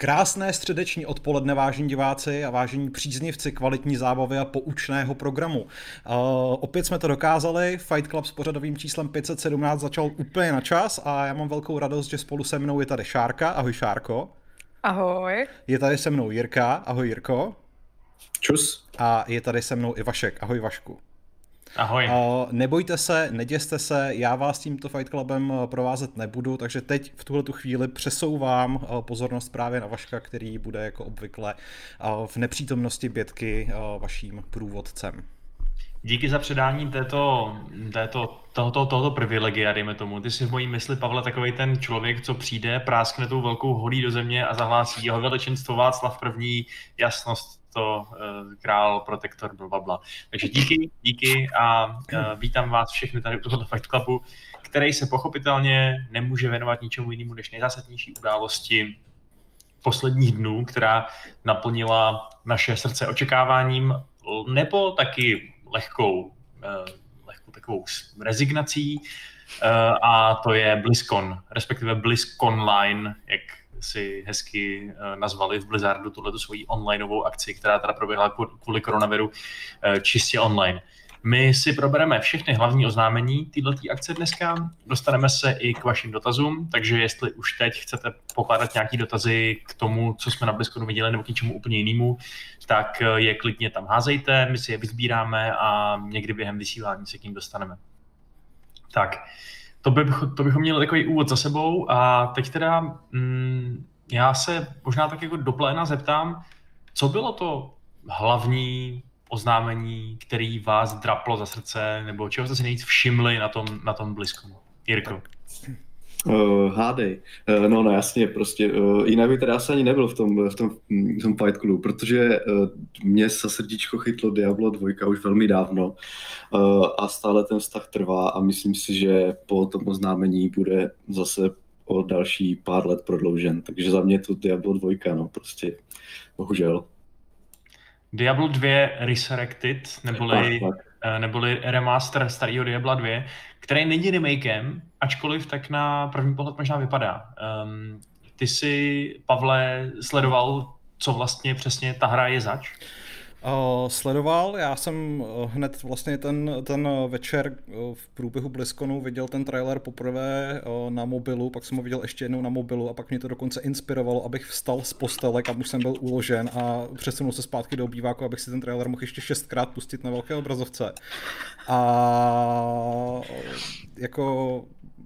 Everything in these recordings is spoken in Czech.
Krásné středeční odpoledne, vážení diváci a vážení příznivci kvalitní zábavy a poučného programu. Opět jsme to dokázali, Fight Club s pořadovým číslem 517 začal úplně na čas a já mám velkou radost, že spolu se mnou je tady Šárka. Ahoj Šárko. Ahoj. Je tady se mnou Jirka. Ahoj Jirko. Čus. A je tady se mnou i Vašek. Ahoj Vašku. Ahoj. Nebojte se, neděste se, já vás tímto Fight Clubem provázet nebudu, takže teď v tuhletu chvíli přesouvám pozornost právě na Vaška, který bude jako obvykle v nepřítomnosti Bětky vaším průvodcem. Díky za předání tohoto privilegia, dejme tomu. Ty jsi v mojí mysli, Pavle, takovej ten člověk, co přijde, práskne tou velkou holí do země a zahlásí jeho veličenstvo Václav I, jasnost to král, protektor, blablabla. Takže díky a vítám vás všechny tady u tohoto Fight Clubu, který se pochopitelně nemůže věnovat ničemu jinému než nejzásadnější události posledních dnů, která naplnila naše srdce očekáváním, nebo taky lehkou takovou rezignací, a to je BlizzCon, respektive BlizzConline, jak si hezky nazvali v Blizzardu tuhletu svoji onlineovou akci, která teda proběhla kvůli koronaviru čistě online. My si probereme všechny hlavní oznámení této akce dneska, dostaneme se i k vašim dotazům, takže jestli už teď chcete pokládat nějaké dotazy k tomu, co jsme na BlizzConu viděli, nebo k něčemu úplně jinému, tak je klidně tam házejte, my si je vyzbíráme a někdy během vysílání se k ním dostaneme. Tak, to bychom měli takový úvod za sebou a teď teda já se možná tak jako do pléna zeptám, co bylo to hlavní oznámení, který vás draplo za srdce, nebo čeho jste si nejvíc všimli na tom BlizzConu? Jirko. Hádej. No jasně, prostě jinak by teda asi ani nebyl v tom Fight Clubu, protože mě za srdíčko chytlo Diablo 2 už velmi dávno a stále ten vztah trvá a myslím si, že po tom oznámení bude zase o další pár let prodloužen, takže za mě to Diablo 2, no prostě, bohužel. Diablo 2 Resurrected, neboli remaster starého Diabla 2, který není remakem, ačkoliv tak na první pohled možná vypadá. Ty jsi, Pavle, sledoval, co vlastně přesně ta hra je zač? Sledoval, já jsem hned vlastně ten večer v průběhu BlizzConu viděl ten trailer poprvé na mobilu, pak jsem ho viděl ještě jednou na mobilu a pak mě to dokonce inspirovalo, abych vstal z postele, kam už jsem byl uložen a přesunul se zpátky do obýváku, abych si ten trailer mohl ještě 6krát pustit na velké obrazovce. A jako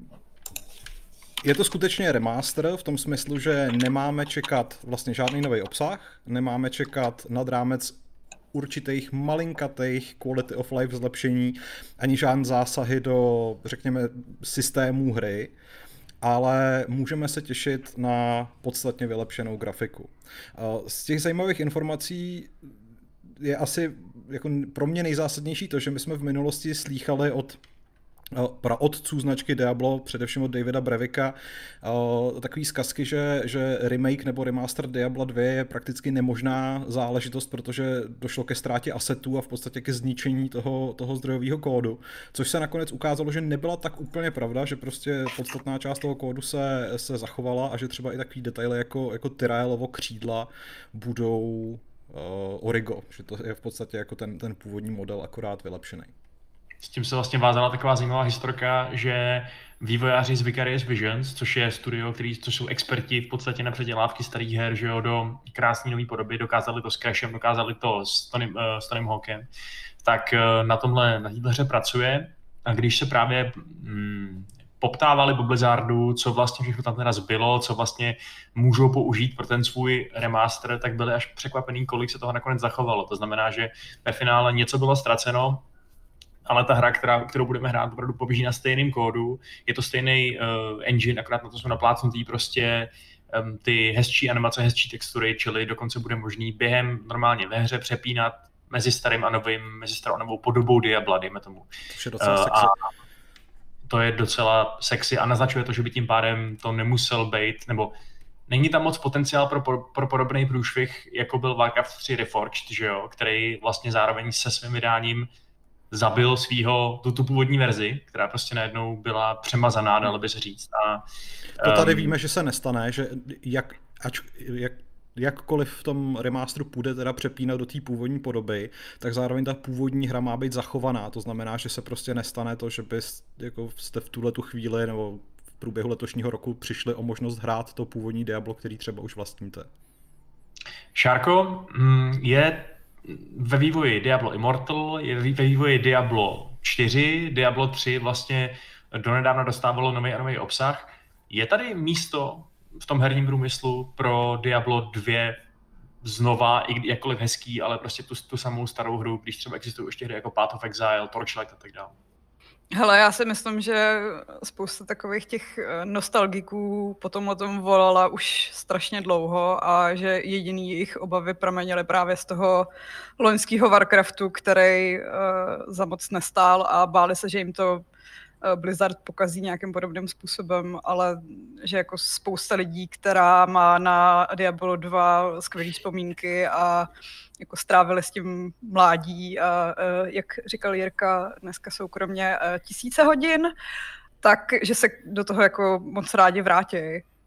je to skutečně remaster v tom smyslu, že nemáme čekat vlastně žádný nový obsah, nemáme čekat nad rámec určitých malinkatých quality of life zlepšení, ani žádné zásahy do, řekněme, systémů hry, ale můžeme se těšit na podstatně vylepšenou grafiku. Z těch zajímavých informací je asi jako pro mě nejzásadnější to, že my jsme v minulosti slýchali od praotců značky Diablo, především od Davida Brevika, takový zkazky, že remake nebo remaster Diabla 2 je prakticky nemožná záležitost, protože došlo ke ztrátě asetů a v podstatě ke zničení toho zdrojového kódu, což se nakonec ukázalo, že nebyla tak úplně pravda, že prostě podstatná část toho kódu se zachovala a že třeba i takový detaily jako Tyraelovo křídla budou origo, že to je v podstatě jako ten původní model akorát vylepšený. S tím se vlastně vázala taková zajímavá historka, že vývojáři z Vicarious Visions, což je studio, což jsou experti v podstatě na předělávky starých her, že jo, do krásné nové podoby, dokázali to s Crashem, dokázali to s Tonym Hawkem, tak na téhle hře pracuje. A když se právě poptávali po Blizzardu, co vlastně všechno tam teda zbylo, co vlastně můžou použít pro ten svůj remaster, tak byli až překvapený, kolik se toho nakonec zachovalo. To znamená, že ve finále něco bylo ztraceno, ale ta hra, kterou budeme hrát, opravdu poběží na stejném kódu. Je to stejný engine, akorát na to jsou naplácnutý prostě ty hezčí animace, hezčí textury, čili dokonce bude možný během normálně ve hře přepínat mezi starým a novým, mezi starou a novou podobou Diabla, dejme tomu. To je docela sexy. To je docela sexy a naznačuje to, že by tím pádem to nemusel být, nebo není tam moc potenciál pro podobný průšvih, jako byl Warcraft 3 Reforged, že jo, který vlastně zároveň se svým vydáním zabil tu původní verzi, která prostě najednou byla přemazaná, dalo by se říct. To tady víme, že se nestane, že jak jakkoliv v tom remasteru půjde teda přepínat do té původní podoby, tak zároveň ta původní hra má být zachovaná. To znamená, že se prostě nestane to, že jste v tuhletu chvíli nebo v průběhu letošního roku přišli o možnost hrát to původní Diablo, který třeba už vlastníte. Šárko, je ve vývoji Diablo Immortal, je ve vývoji Diablo 4, Diablo 3 vlastně donedávna dostávalo nový a nový obsah. Je tady místo v tom herním průmyslu pro Diablo 2 znova, i jakkoliv hezký, ale prostě tu samou starou hru, když třeba existují ještě hry jako Path of Exile, Torchlight a tak dále? Hele, já si myslím, že spousta takových těch nostalgiků potom o tom volala už strašně dlouho a že jediný jejich obavy pramenily právě z toho loňského Warcraftu, který za moc nestál a báli se, že jim to Blizzard pokazí nějakým podobným způsobem, ale že jako spousta lidí, která má na Diablo 2 skvělé vzpomínky a jako strávili s tím mládí a jak říkal Jirka, dneska jsou kromě 1000 hodin, tak že se do toho jako moc rádi vrátí.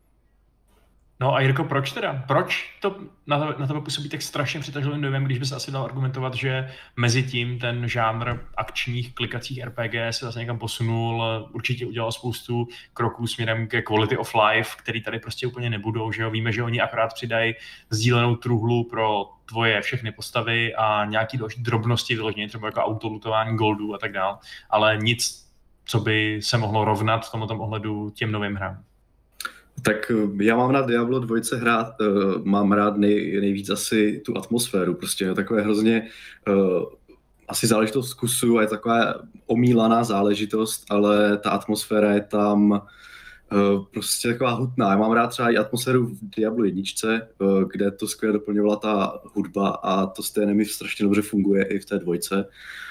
No a Jirko, proč teda? Proč to na tebe působí tak strašně přitažlivým dojmem, když by se asi dal argumentovat, že mezi tím ten žánr akčních klikacích RPG se zase někam posunul, určitě udělal spoustu kroků směrem ke quality of life, který tady prostě úplně nebudou, že jo? Víme, že oni akorát přidají sdílenou truhlu pro tvoje všechny postavy a nějaký další drobnosti vyloženě, třeba jako autolutování goldů a tak dále, ale nic, co by se mohlo rovnat v tomto ohledu těm novým hrám. Tak já mám rád Diablo 2 hrát, mám rád nejvíc asi tu atmosféru, prostě takové hrozně asi záležitost vkusu a je taková omílaná záležitost, ale ta atmosféra je tam prostě taková hutná. Já mám rád třeba i atmosféru v Diablo 1, kde to skvěle doplňovala ta hudba a to stejně mi strašně dobře funguje i v té dvojce,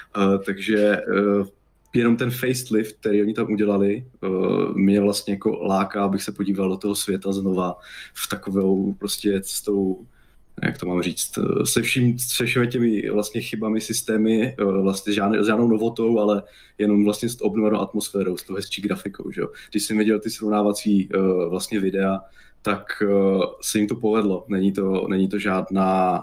takže jenom ten facelift, který oni tam udělali, mě vlastně jako láká, abych se podíval do toho světa znova v takovou prostě s tou, jak to mám říct, se všemi těmi vlastně chybami systémy, vlastně žádnou novotou, ale jenom vlastně s obnovenou atmosférou, s tou hezčí grafikou, že jo. Když jsem viděl ty srovnávací vlastně videa, tak se jim to povedlo. Není to žádná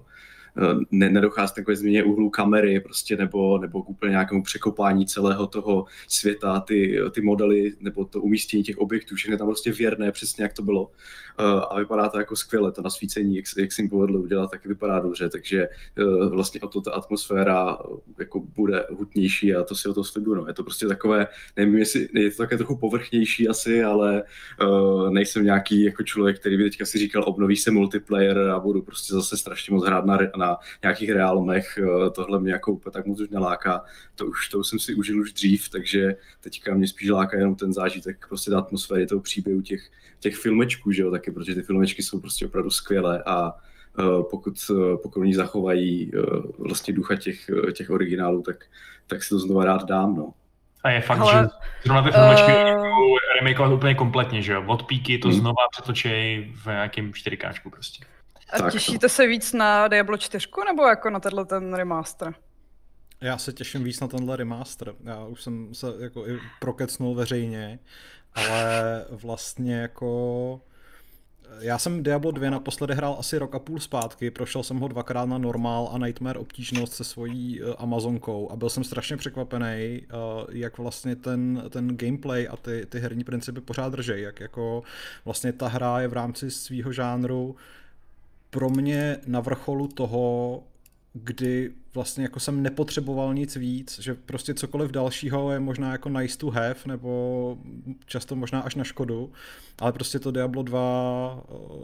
nedochází takové změně úhlu kamery prostě, nebo k úplně nějakému překopání celého toho světa, ty modely nebo to umístění těch objektů, všechno tam prostě věrné, přesně jak to bylo. A vypadá to jako skvěle, to nasvícení, jak se jim povedlo udělat, taky vypadá dobře, takže vlastně o to ta atmosféra jako bude hutnější a to si o to slibuju. No. Je to prostě takové, nevím, jestli je to také trochu povrchnější asi, ale nejsem nějaký jako člověk, který by teďka si říkal, obnoví se multiplayer a budu prostě zase strašně moc hrát na nějakých realmech, tohle mě jako úplně tak moc už neláká, to už jsem si užil už dřív, takže teďka mě spíš láká jenom ten zážitek prostě ta atmosféry toho příběhu těch filmečků, že jo, taky, protože ty filmečky jsou prostě opravdu skvělé a pokud oni zachovají vlastně ducha těch originálů, tak si to znova rád dám, no. A je fakt, že zrovna ty filmečky remakeovat úplně kompletně, že jo, od píky to znova přetočej v nějakém 4K prostě. A tak, těšíte se víc na Diablo 4 nebo jako na ten remaster? Já se těším víc na tenhle remaster. Já už jsem se jako i prokecnul veřejně, ale vlastně jako já jsem Diablo 2 naposledy hrál asi rok a půl zpátky, prošel jsem ho 2krát na normál a Nightmare obtížnost se svojí Amazonkou a byl jsem strašně překvapený, jak vlastně ten gameplay a ty herní principy pořád držej, jak jako vlastně ta hra je v rámci svýho žánru pro mě na vrcholu toho, kdy vlastně jako jsem nepotřeboval nic víc, že prostě cokoliv dalšího je možná jako nice to have, nebo často možná až na škodu, ale prostě to Diablo 2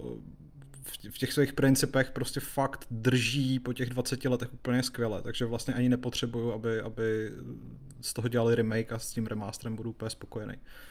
v těch svých principech prostě fakt drží po těch 20 letech úplně skvěle, takže vlastně ani nepotřebuju, aby z toho dělali remake a s tím remasterem budu úplně spokojený.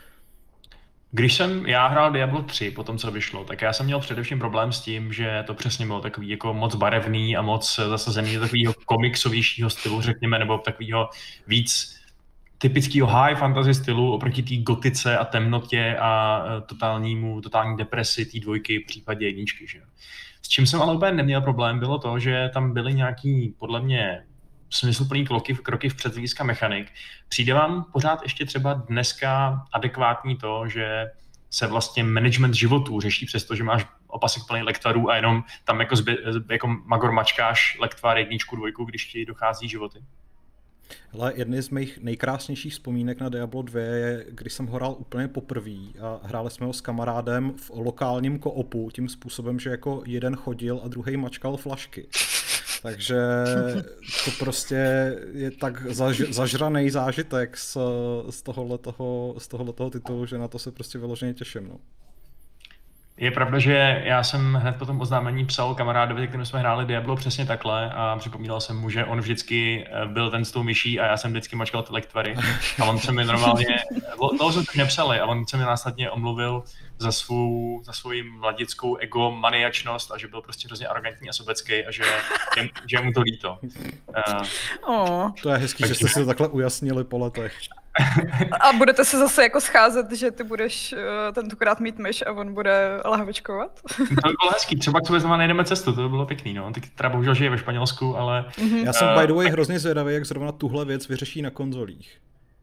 Když jsem já hrál Diablo 3 po tom, co vyšlo, tak já jsem měl především problém s tím, že to přesně bylo takový jako moc barevný a moc zasazený do takového komiksovějšího stylu, řekněme, nebo takového víc typického high fantasy stylu oproti té gotice a temnotě a totální depresi té dvojky v případě jedničky. Že? S čím jsem ale úplně neměl problém, bylo to, že tam byly nějaký, podle mě, smysluplný kroky vpřed z hlediska mechanik. Přijde vám pořád ještě třeba dneska adekvátní to, že se vlastně management životů řeší přesto, že máš opasek plný lektvarů a jenom tam jako magor mačkáš lektvar 1, 2, když ti dochází životy. Ale jedny z mých nejkrásnějších vzpomínek na Diablo 2 je, když jsem ho hrál úplně poprvé a hráli jsme ho s kamarádem v lokálním koopu tím způsobem, že jako jeden chodil a druhý mačkal flašky. Takže to prostě je tak zažraný zážitek z tohohletoho titulu, že na to se prostě vyloženě těším. No. Je pravda, že já jsem hned po tom oznámení psal kamarádovi, kterým jsme hráli Diablo přesně takhle a připomínal jsem mu, že on vždycky byl ten s tou myší a já jsem vždycky mačkal ty lektvary. A on se mi normálně, dlouho jsme to nepsali a on se mi následně omluvil za svou mladickou ego maniačnost a že byl prostě hrozně arrogantní a sobecký a že je mu to líto. To je hezký, že jste si to takhle ujasnili po letech. A budete se zase jako scházet, že ty budeš tentokrát mít myš a on bude lahvičkovat? To by bylo hezký, třeba k sobě znamená najdeme cestu, to by bylo pěkný, no. Teď teda bohužel žije ve Španělsku, ale... Já jsem by the way hrozně zvědavý, jak zrovna tuhle věc vyřeší na konzolích.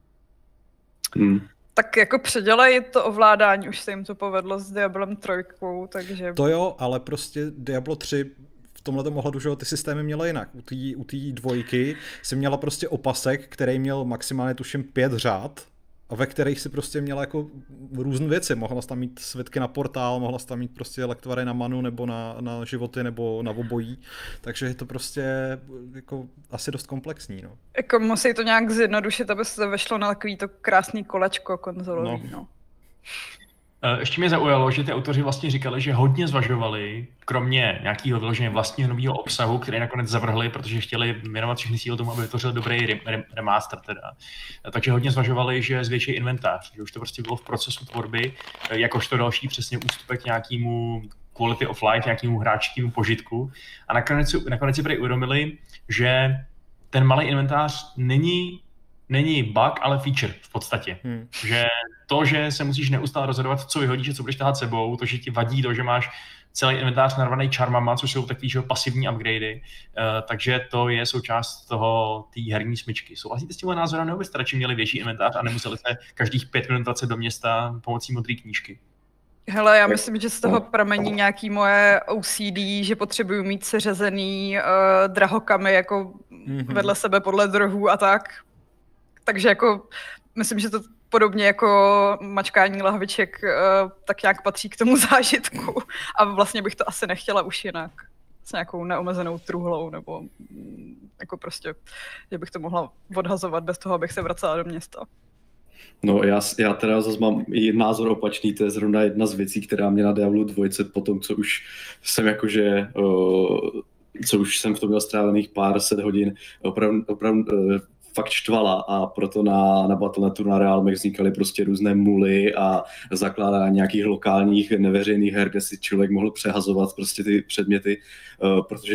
Tak jako předělají to ovládání, už se jim to povedlo s Diablem 3, takže... To jo, ale prostě Diablo 3 v tomhletom ohledu, že ty systémy měly jinak. U té 2 si měla prostě opasek, který měl maximálně tuším 5 řád a ve kterých si prostě měla jako různé věci. Mohla jsi tam mít svitky na portál, mohla jsi tam mít prostě lektvary na manu nebo na životy nebo na obojí. Takže je to prostě jako asi dost komplexní. No. Jako musí to nějak zjednodušit, aby se vešlo na takový to krásný kolečko konzolový. No. Ještě mě zaujalo, že ty autoři vlastně říkali, že hodně zvažovali, kromě nějakého vyloženě vlastního nového obsahu, který nakonec zavrhli, protože chtěli věnovat všechny síly tomu, aby vytvořili dobrý remaster teda. Takže hodně zvažovali, že zvětší inventář, že už to prostě bylo v procesu tvorby, jakožto další přesně ústupek nějakému quality of life, nějakému hráčskému požitku. A nakonec si prý uvědomili, že ten malý inventář není bug, ale feature v podstatě. Že to, že se musíš neustále rozhodovat, co vyhodíš a co budeš tahat sebou, to, že ti vadí to, že máš celý inventář narvaný čarmama, což jsou takový pasivní upgradey, takže to je součást té herní smyčky. Souhlasíte s tímhle názorem, nebo byste radši měli větší inventář a nemuseli se každých 5 minut vracet do města pomocí modré knížky? Hele, já myslím, že z toho pramení nějaký moje OCD, že potřebuju mít seřazený drahokamy jako vedle sebe podle druhů a tak. Takže jako myslím, že to podobně jako mačkání lahviček tak nějak patří k tomu zážitku a vlastně bych to asi nechtěla už jinak s nějakou neomezenou truhlou nebo jako prostě, že bych to mohla odhazovat bez toho, abych se vracela do města. No já teda zase mám i názor opačný, to je zrovna jedna z věcí, která mě na Diablo 2 po tom, co už jsem jakože co už jsem v tom měl strávených pár set hodin, opravdu fakt štvala a proto na Battle.netu na Realmech vznikaly prostě různé muly a zakládání nějakých lokálních neveřejných her, kde si člověk mohl přehazovat prostě ty předměty, protože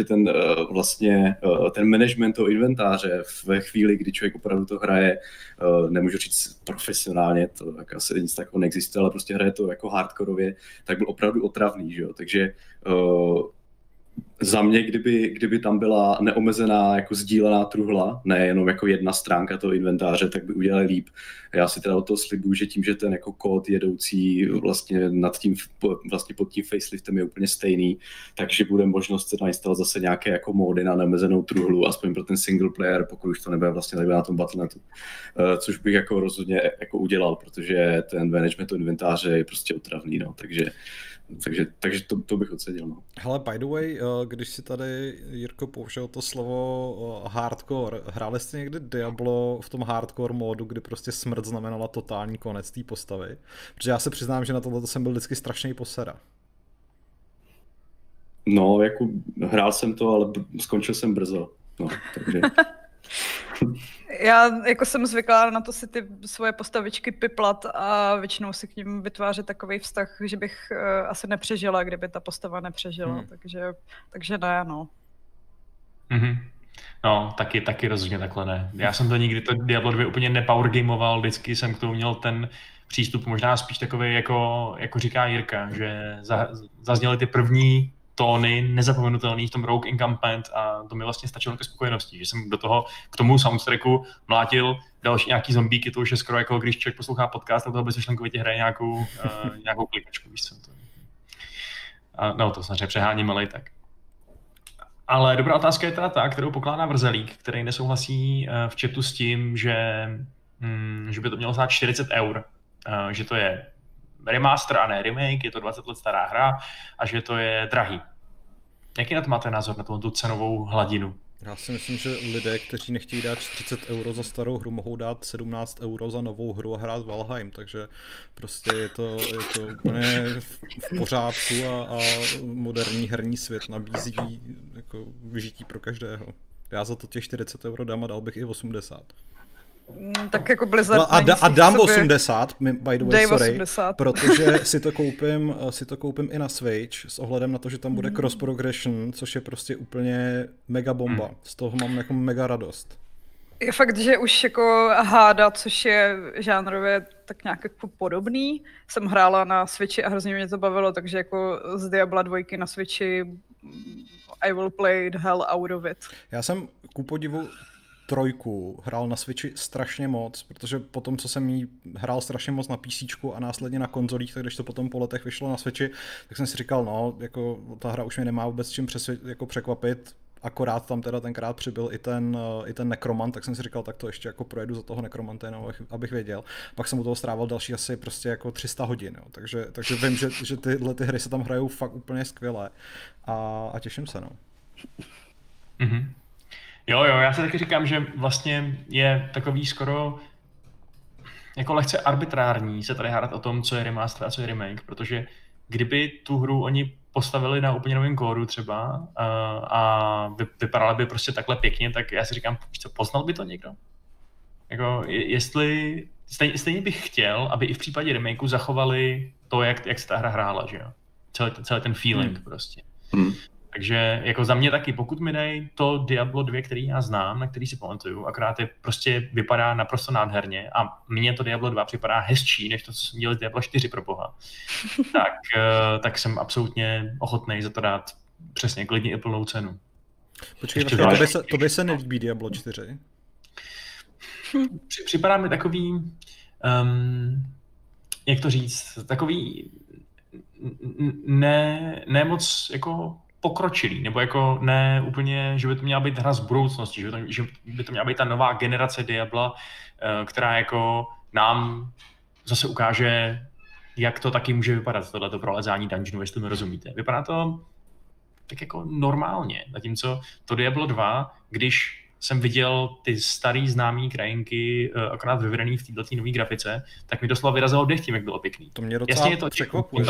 ten management toho inventáře ve chvíli, kdy člověk opravdu to hraje, nemůžu říct profesionálně, to tak asi nic takového neexistuje, ale prostě hraje to jako hardkorově, tak byl opravdu otravný, že jo, takže za mě, kdyby tam byla neomezená jako sdílená truhla, ne jenom jako jedna stránka toho inventáře, tak by udělali líp. Já si teda o to slibuju, že tím, že ten jako kód jedoucí vlastně pod tím faceliftem je úplně stejný, takže bude možnost se nainstalovat zase nějaké jako módy na neomezenou truhlu, aspoň pro ten single player, pokud už to nebude vlastně takhle na tom Battle.netu. Což bych jako rozhodně jako udělal, protože ten management inventáře je prostě otravný, no, takže to bych ocenil. No. Hele, by the way, když si tady, Jirko, použil to slovo hardcore, hráli jste někdy Diablo v tom hardcore módu, kdy prostě smrt znamenala totální konec té postavy? Protože já se přiznám, že na tohle jsem byl vždycky strašný posera. No, jako hrál jsem to, ale skončil jsem brzo. No, takže... Já jako jsem zvyklá na to si ty svoje postavičky piplat a většinou si k ním vytvářet takový vztah, že bych asi nepřežila, kdyby ta postava nepřežila, takže ne, no. No, taky rozhodně takhle ne. Já jsem to nikdy to Diablo 2 úplně nepowergamoval, vždycky jsem k tomu měl ten přístup možná spíš takový, jako říká Jirka, že zazněly ty první tóny nezapomenutelný v tom Rogue Encampment a to mi vlastně stačilo ke spokojenosti, že jsem k tomu soundtracku mlátil další nějaký zombíky, to už je skoro jako když člověk poslouchá podcast a toho bezmyšlenkovitě hraje nějakou klikačku, víš co. No, to samozřejmě přeháním, ale i tak. Ale dobrá otázka je teda ta, kterou pokládá Vrzelík, který nesouhlasí v chatu s tím, že by to mělo stát 40 €, že to je remaster a ne remake, je to 20 let stará hra a že to je drahý. Jaký na to máte názor, na tu cenovou hladinu? Já si myslím, že lidé, kteří nechtějí dát 40 € za starou hru, mohou dát 17 € za novou hru a hrát Valheim, takže prostě je to úplně v pořádku a moderní herní svět nabízí jako vyžití pro každého. Já za to těch 40 € dám a dal bych i 80. Tak jako Blizzard No a dám 80, by the way, sorry, 80. protože si to koupím i na Switch s ohledem na to, že tam bude cross progression, což je prostě úplně mega bomba. Z toho mám jako mega radost. Je fakt, že už jako Háda, což je žánrově tak nějak jako podobný, jsem hrála na Switchi a hrozně mě to bavilo, takže jako z Diabla 2 na Switchi I will play the hell out of it. Já jsem ku podivu 3 hrál na Switchi strašně moc, protože potom, co jsem jí hrál strašně moc na PCčku a následně na konzolích, tak když to potom po letech vyšlo na Switchi, tak jsem si říkal, no, jako ta hra už mě nemá vůbec čím jako překvapit, akorát tam teda tenkrát přibyl i ten Necromant, tak jsem si říkal, tak to ještě jako projedu za toho Necromanta, jenom abych věděl. Pak jsem u toho strávil další asi prostě jako 300 hodin, jo. Takže vím, že tyhle ty hry se tam hrajou fakt úplně skvěle a těším se, no. Mm-hmm. Jo, já si taky říkám, že vlastně je takový skoro jako lehce arbitrární se tady hádat o tom, co je remaster a co je remake, protože kdyby tu hru oni postavili na úplně novém kódu třeba a vypadala by prostě takhle pěkně, tak já si říkám, co, poznal by to někdo? Jako, jestli stejně bych chtěl, aby i v případě remakeu zachovali to, jak se ta hra hrála, že jo? Celý ten feeling prostě. Takže jako za mě taky, pokud mi dají to Diablo 2, který já znám, na který si pamatuju, akorát je prostě vypadá naprosto nádherně a mně to Diablo 2 připadá hezčí, než to, co jsem dělal z Diablo 4 pro boha, tak jsem absolutně ochotnej za to dát přesně klidně i plnou cenu. Počkej, tobě se nelíbí Diablo 4? Připadá mi takový, jak to říct, takový ne moc jako pokročilý, nebo jako ne úplně, že by to měla být hra z budoucnosti, že by to měla být ta nová generace Diabla, která jako nám zase ukáže, jak to taky může vypadat, tohleto prolezání dungeonu, jestli mi rozumíte. Vypadá to tak jako normálně, zatímco to Diablo 2, když jsem viděl ty starý známý krajinky akorát vyvedený v této nové grafice, tak mi doslova vyrazilo dech tím, jak bylo pěkný. To mě docela překvapuje.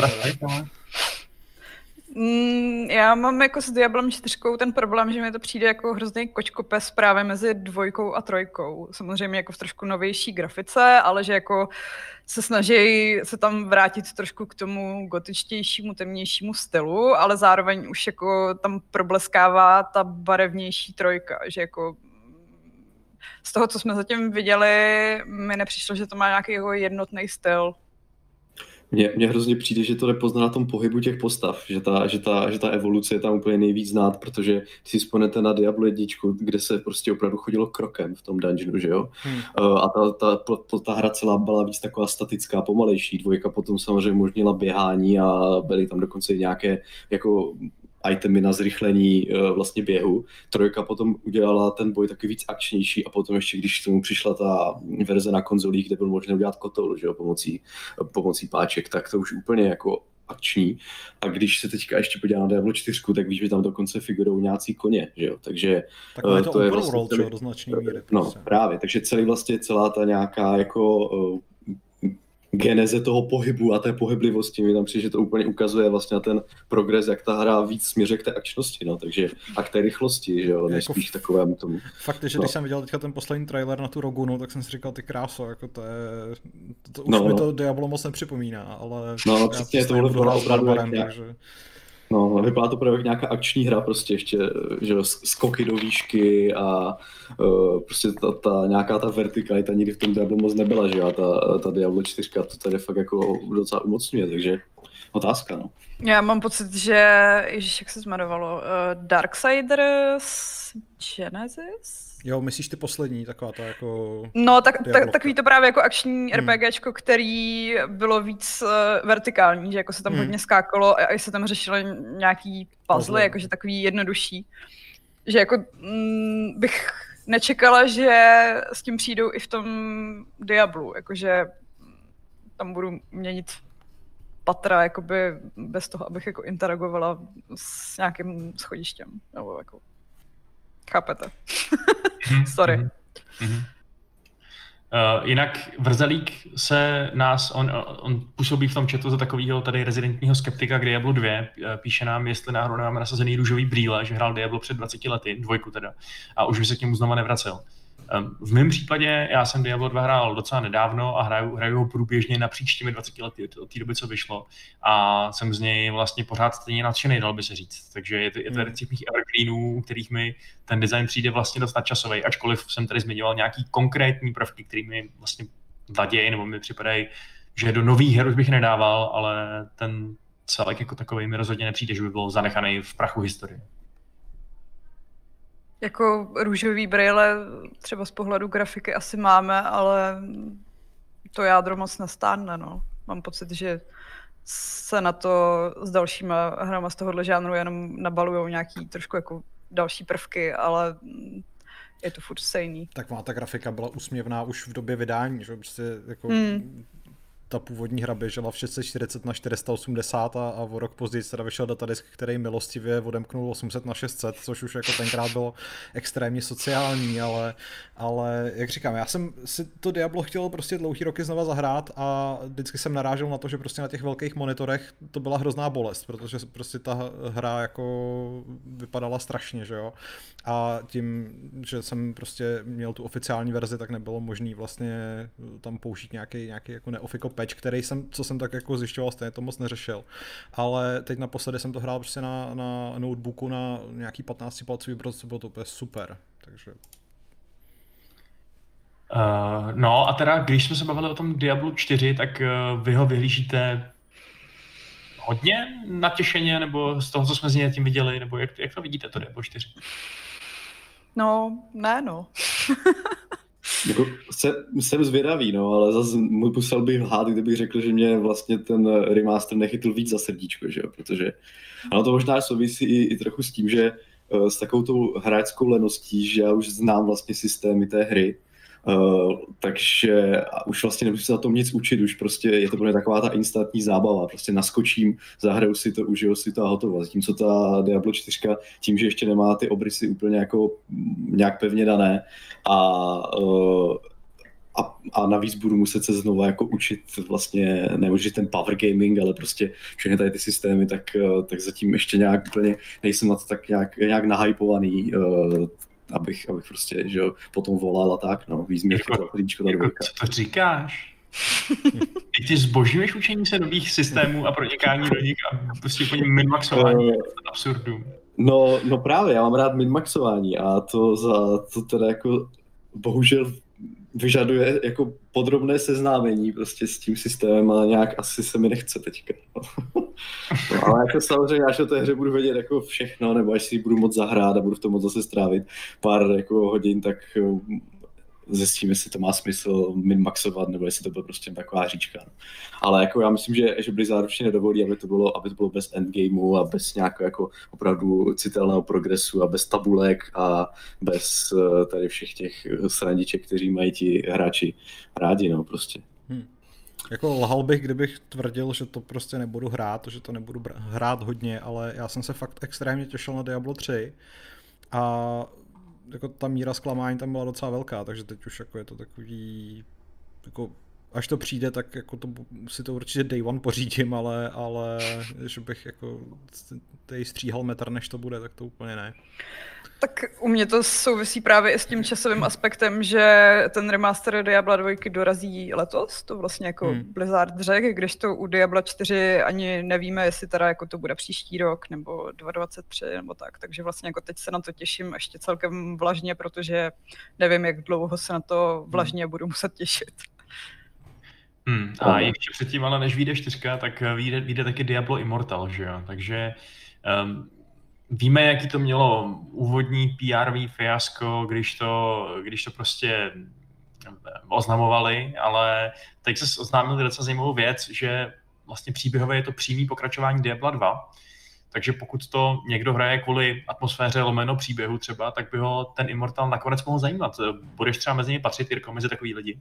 Já mám jako s Diablem 4 ten problém, že mi to přijde jako hrozný kočkopes právě mezi 2 a 3. Samozřejmě jako v trošku novější grafice, ale že jako se snaží se tam vrátit trošku k tomu gotičtějšímu, temnějšímu stylu, ale zároveň už jako tam probleskává ta barevnější 3, že jako z toho, co jsme zatím viděli, mi nepřišlo, že to má nějaký jako jednotný styl. Mně hrozně přijde, že to nepozná na tom pohybu těch postav, že ta evoluce je tam úplně nejvíc znát, protože když si vzpomenete na Diablo 1, kde se prostě opravdu chodilo krokem v tom dungeonu, že jo? A ta hra celá byla víc taková statická, pomalejší. 2 potom samozřejmě umožnila běhání a byly tam dokonce i nějaké jako itemy na zrychlení vlastně běhu. 3 potom udělala ten boj taky víc akčnější a potom ještě, když k tomu přišla ta verze na konzolích, kde byl možné udělat kotoul, že jo, pomocí páček, tak to už úplně jako akční. A když se teďka ještě podívá na Diablo 4, tak víš, že tam dokonce figurou nějací koně, že jo, takže to je vlastně world, do značné míry. No, právě, takže celá ta nějaká jako geneze toho pohybu a té pohyblivosti mi tam přijde, že to úplně ukazuje vlastně na ten progres, jak ta hra víc směřuje k té akčnosti, no, takže a k té rychlosti, že jo, než jako spíš takovému tomu. Fakt je, že když jsem viděl teďka ten poslední trailer na tu Rogunu, tak jsem si říkal, ty kráso, jako to už mi to Diablo moc nepřipomíná, ale no, přesně, to bylo opravdu takže... No, vypadá to právě nějaká akční hra, prostě ještě, že skoky do výšky a prostě nějaká ta vertikalita nikdy v tom Diablo moc nebyla, že jo, a ta Diablo 4 to tady fakt jako docela umocňuje, takže otázka, no. Já mám pocit, že, ježiš, jak se jmenovalo, Darksiders Genesis? Jo, myslíš ty poslední, taková ta jako... No, Diablovka. takový to právě jako akční RPGčko, který bylo víc vertikální, že jako se tam hodně skákalo a i se tam řešily nějaký puzzle, jakože takový jednodušší. Že jako bych nečekala, že s tím přijdou i v tom Diablu, jakože tam budu měnit patra, jakoby bez toho, abych jako interagovala s nějakým schodištěm, nebo jako, chápete? Sorry. Jinak Vrzelík se nás, on působí v tom chatu za takového tady rezidentního skeptika k Diablo 2, píše nám, jestli náhodou nemáme nasazený růžový brýle, že hrál Diablo před 20 lety, 2 teda, a už by se k němu znova nevracel. V mém případě já jsem Diablo 2 hrál docela nedávno a hraju ho průběžně napříč těmi 20 lety od té doby, co vyšlo, a jsem z něj vlastně pořád stejně nadšený, dal by se říct. Takže je to jeden z těch mých evergreenů, kterých mi ten design přijde vlastně dost nadčasový, ačkoliv jsem tady zmiňoval nějaký konkrétní prvky, který mi vlastně vadějí, nebo mi připadají, že do nových her už bych nedával, ale ten celek jako takový mi rozhodně nepřijde, že by byl zanechaný v prachu historie. Jako růžový brýle třeba z pohledu grafiky asi máme, ale to jádro moc nestárne, no. Mám pocit, že se na to s dalšíma hrama z tohohle žánru jenom nabalujou nějaký trošku jako další prvky, ale je to furt stejný. Tak ta grafika byla úsměvná už v době vydání, že prostě jako ta původní hra běžela v 640 na 480 a o rok později teda vyšel datadisk, který milostivě odemknul 800 na 600, což už jako tenkrát bylo extrémně sociální, ale jak říkám, já jsem si to Diablo chtěl prostě dlouhý roky znova zahrát a vždycky jsem narážel na to, že prostě na těch velkých monitorech to byla hrozná bolest, protože prostě ta hra jako vypadala strašně, že jo. A tím, že jsem prostě měl tu oficiální verzi, tak nebylo možné vlastně tam použít nějaký jako neofiko patch, který co jsem tak jako zjišťoval, stejně to moc neřešil. Ale teď naposledy jsem to hrál prostě na notebooku na nějaký 15-palcový procesor, bylo to úplně super, takže... No a teda, když jsme se bavili o tom Diablu 4, tak vy ho vyhlížíte hodně natěšeně, nebo z toho, co jsme z něj tím viděli, nebo jak to vidíte, to Diablo 4? No, ne no. Jako jsem zvědavý, no, ale zase musel bych lhát, kdybych řekl, že mě vlastně ten remaster nechytl víc za srdíčko, že jo, protože ono to možná souvisí i trochu s tím, že s takovou tou hráčskou leností, že já už znám vlastně systémy té hry, takže už vlastně nemusím se na tom nic učit, už prostě je to pro mě taková ta instantní zábava, prostě naskočím, zahraju si to, užiju si to a hotovo. Zatímco ta Diablo 4 tím, že ještě nemá ty obrysy úplně jako nějak pevně dané a navíc budu muset se znovu jako učit vlastně, nemožit ten power gaming, ale prostě všechny tady ty systémy, tak zatím ještě nějak úplně nejsem na to tak nějak nahypovaný, abych prostě, že jo, potom volal a tak, no, víc mě ta dvojka. Co to říkáš? Ty zbožňuješ učení se nových systémů a pronikání do nich a prostě úplně minmaxování, absurdum. No právě, já mám rád minmaxování a to teda jako bohužel vyžaduje jako podrobné seznámení prostě s tím systémem, ale nějak asi se mi nechce teďka. No, ale jako samozřejmě, až o té hře budu vědět jako všechno, nebo až si budu moc zahrát a budu v tom moc zase strávit pár jako hodin, tak zjistím, jestli to má smysl minmaxovat, nebo jestli to byla prostě taková hříčka. Ale jako já myslím, že Blizzard určitě nedovolí, aby to bylo bez endgameu a bez nějakého jako opravdu citelného progresu a bez tabulek a bez tady všech těch srandiček, kteří mají ti hráči rádi, no prostě. Jako lhal bych, kdybych tvrdil, že to prostě nebudu hrát, že to nebudu hrát hodně, ale já jsem se fakt extrémně těšil na Diablo 3 a jako ta míra zklamání tam byla docela velká, takže teď už jako je to takový, jako až to přijde, tak jako si to určitě day one pořídím, ale že bych jako tady stříhal metr, než to bude, tak to úplně ne. Tak u mě to souvisí právě i s tím časovým aspektem, že ten remaster Diabla 2 dorazí letos, to vlastně jako Blizzard řekl, když to u Diabla 4 ani nevíme, jestli teda jako to bude příští rok nebo 2023 nebo tak, takže vlastně jako teď se na to těším ještě celkem vlažně, protože nevím, jak dlouho se na to vlažně budu muset těšit. A ještě předtím, ale než vyjde 4, tak vyjde taky Diablo Immortal, že jo? Takže víme, jaký to mělo úvodní PR fiasko, když to prostě oznamovali, ale teď se oznámili docela zajímavou věc, že vlastně příběhové je to přímý pokračování Diabla 2, takže pokud to někdo hraje kvůli atmosféře lomeno příběhu třeba, tak by ho ten Immortal nakonec mohl zajímat. Budeš třeba mezi ně patřit, Jirko, mezi takový lidi?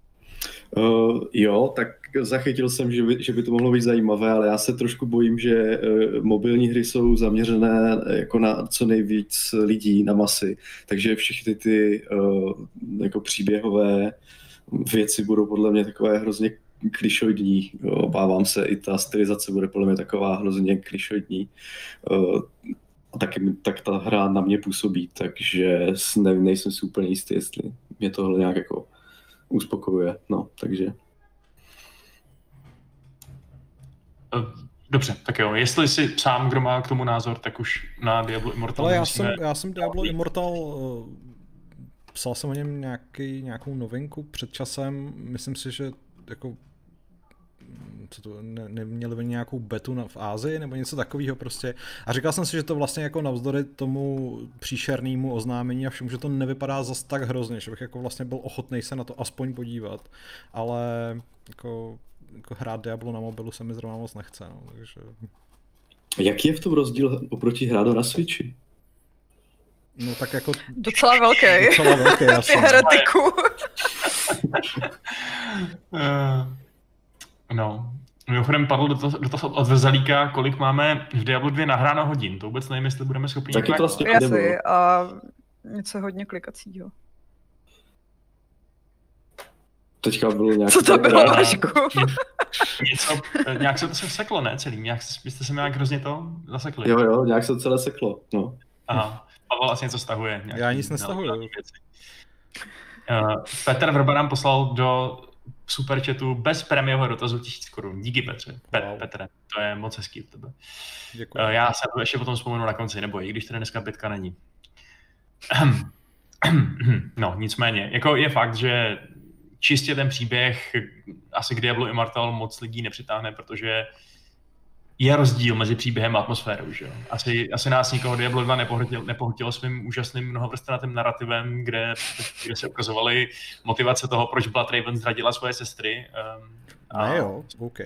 Jo, tak zachytil jsem, že by to mohlo být zajímavé, ale já se trošku bojím, že mobilní hry jsou zaměřené jako na co nejvíc lidí, na masy, takže všechny ty jako příběhové věci budou podle mě takové hrozně klišoidní. Obávám se, i ta stylizace bude podle mě taková hrozně klišoidní. Tak ta hra na mě působí, takže nejsem si úplně jistý, jestli mě tohle nějak jako uspokojuje, no, takže. Dobře, tak jo, jestli si sám, kdo má k tomu názor, tak už na Diablo Immortal. Ale já jsem Diablo Immortal, psal jsem o něm nějakou novinku před časem, myslím si, že jako neměli oni nějakou betu v Ázii nebo něco takového prostě. A říkal jsem si, že to vlastně jako navzdory tomu příšernému oznámení a všemu, že to nevypadá zas tak hrozně, že bych jako vlastně byl ochotný se na to aspoň podívat, ale jako hrát Diablo na mobilu se mi zrovna moc nechce, no, takže. Jaký je v tom rozdíl oproti hrát na Switchi? No tak jako. Docela velký, jasně. Ty heretiku. No, mimochodem padl dotaz od Verzalíka, kolik máme v Diablo 2 nahráno hodin. To vůbec nevím, jestli budeme schopni. Taky to vlastně asi a něco hodně klikacího. Teďka bylo nějak. Co to bylo, Vašku? Nějak se to seklo, ne celý? Jste se nějak hrozně to zasekli? Jo, nějak se to celé seklo, no. Aha, Pavel asi něco stahuje. Já nic nestahuju. Petr Vrba nám poslal do superchatu bez prémiového dotazu 1000 korun. Díky, Petře. Petre, to je moc hezký od tebe. Děkuji. Já se to ještě potom vzpomenu na konci, nebo i když tady dneska 5 není. No, nicméně, jako je fakt, že čistě ten příběh asi k Diablo Immortal moc lidí nepřitáhne, protože je rozdíl mezi příběhem a atmosférou, že jo. Asi nás nikoho Diablo 2 nepohltilo svým úžasným mnohovrstevnatým narrativem, kde se ukazovaly motivace toho, proč Bloodraven zradila svoje sestry. Ne jo, OK.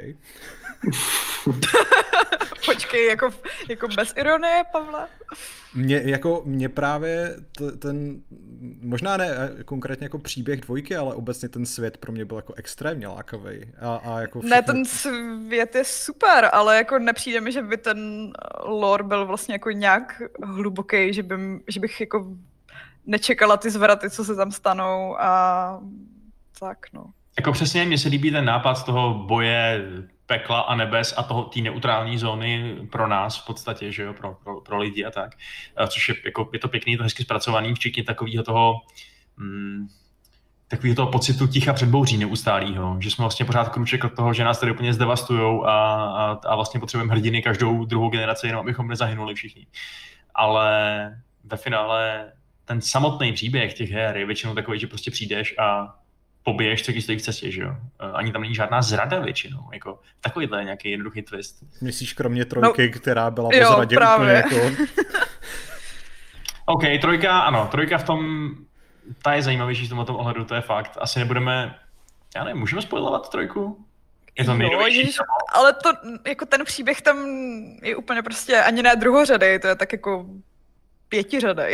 Počkej, jako bez ironie, Pavle? Mě právě ten, možná ne konkrétně jako příběh 2, ale obecně ten svět pro mě byl jako extrémně lákavý. A jako všechno. Ne, ten svět je super, ale jako nepřijde mi, že by ten lore byl vlastně jako nějak hluboký, že bych jako nečekala ty zvraty, co se tam stanou a tak no. Jako přesně, mně se líbí ten nápad toho boje pekla a nebes a té neutrální zóny pro nás v podstatě, že jo, pro lidi a tak. Což je to pěkný, to hezky zpracovaný, včetně takového toho pocitu ticha před bouří neustálýho, že jsme vlastně pořád kruček od toho, že nás tady úplně zdevastujou a vlastně potřebujeme hrdiny každou druhou generaci, jenom abychom nezahynuli všichni. Ale ve finále ten samotný příběh těch her je většinou takový, že prostě přijdeš a pobiješ, co ti stojí v cestě, že jo? Ani tam není žádná zrada většinou, jako takovýhle nějaký jednoduchý twist. Myslíš kromě 3, která byla po zradě úplně jako. OK, 3, ano, 3 v tom, ta je zajímavější v tomto ohledu, to je fakt. Asi nebudeme, já nevím, můžeme spoilovat 3? Je to nejnovější. Ale to, jako ten příběh tam je úplně prostě ani ne druhořadej, to je tak jako 5řadej.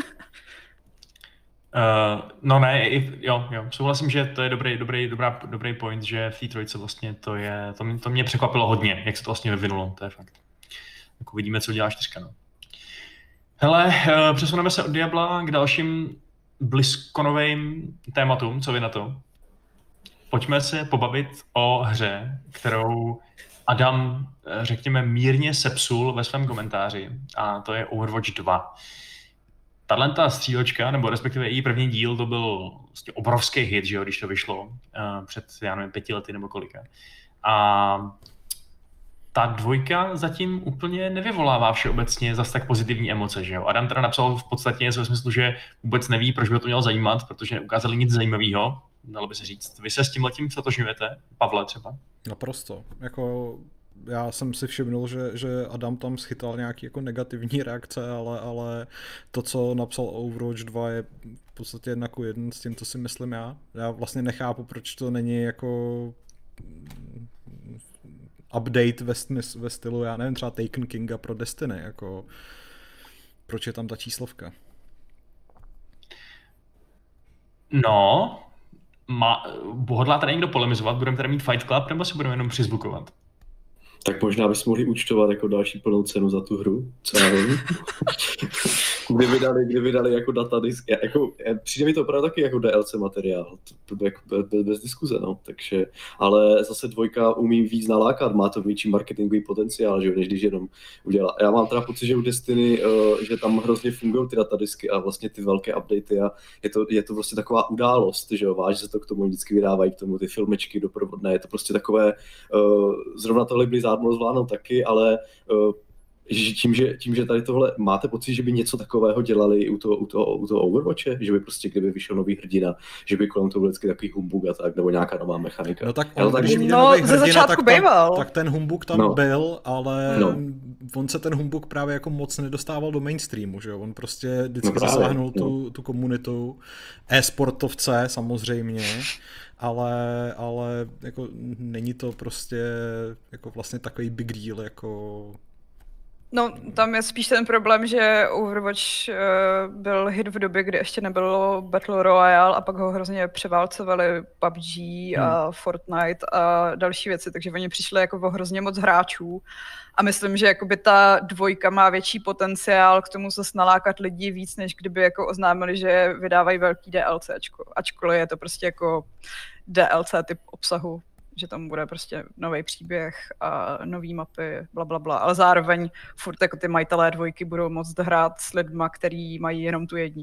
No ne, jo, souhlasím, že to je dobrý point, že v té 3 vlastně to mě překvapilo hodně, jak se to vlastně vyvinulo, to je fakt. Tak uvidíme, co dělá 4, no. Hele, přesuneme se od Diabla k dalším BlizzConovým tématům, co vy na to? Pojďme se pobavit o hře, kterou Adam, řekněme, mírně sepsul ve svém komentáři, a to je Overwatch 2. Tato střílečka, nebo respektive její první díl, to byl vlastně obrovský hit, že jo, když to vyšlo před, já nevím, 5 lety nebo kolika. A ta 2 zatím úplně nevyvolává všeobecně zas tak pozitivní emoce, že jo. Adam teda napsal v podstatě něco ve smyslu, že vůbec neví, proč by to mělo zajímat, protože neukázali nic zajímavého. dalo by se říct. Vy se s tímhletím zatožňujete, Pavle třeba? Naprosto. Jako já jsem si všimnul, že Adam tam schytal nějaký jako negativní reakce, ale to, co napsal Overwatch 2, je v podstatě 1:1 s tím, co si myslím já. Já vlastně nechápu, proč to není jako update ve stylu, já nevím, třeba Taken Kinga pro Destiny, jako proč je tam ta číslovka? No, hodlá tady někdo polemizovat, budeme tady mít Fight Club, nebo se budeme jenom přizvukovat? Tak možná bychom mohli účtovat jako další plnou cenu za tu hru, co já vím. Kdyby dali jako datadisk, přijde mi to opravdu taky jako DLC materiál, to jako bez diskuze, no, takže, ale zase 2 umí víc nalákat, má to větší marketingový potenciál, že jo, než když jenom udělá. Já mám teda pocit, že u Destiny, že tam hrozně fungují ty datadisky a vlastně ty velké updaty a je to prostě taková událost, že jo, vážně se to k tomu vždycky vydávají, k tomu ty filmečky doprovodné, je to prostě takové, zrovna tohle Blizzard mohl zvládnout taky, ale tím, že tady tohle, máte pocit, že by něco takového dělali i u toho Overwatche? Že by prostě, kdyby vyšel nový hrdina, že by kolem toho byl vždycky takový humbug a tak, nebo nějaká nová mechanika? No tak když vyjde nový hrdina, tak ten humbug tam byl, ale on se ten humbug právě jako moc nedostával do mainstreamu, že jo? On prostě vždycky zasáhnul tu komunitu, e-sportovce samozřejmě, ale jako není to prostě jako vlastně takový big deal, jako... No, tam je spíš ten problém, že Overwatch byl hit v době, kdy ještě nebylo Battle Royale a pak ho hrozně převálcovali PUBG a Fortnite a další věci, takže oni přišli jako o hrozně moc hráčů a myslím, že jakoby ta 2 má větší potenciál k tomu se nalákat lidi víc, než kdyby jako oznámili, že vydávají velký DLCčko, ačkoliv je to prostě jako DLC typ obsahu, že tam bude prostě nový příběh a nový mapy, blablabla, ale zároveň furt jako ty majitelé 2 budou moct hrát s lidma, který mají jenom tu 1.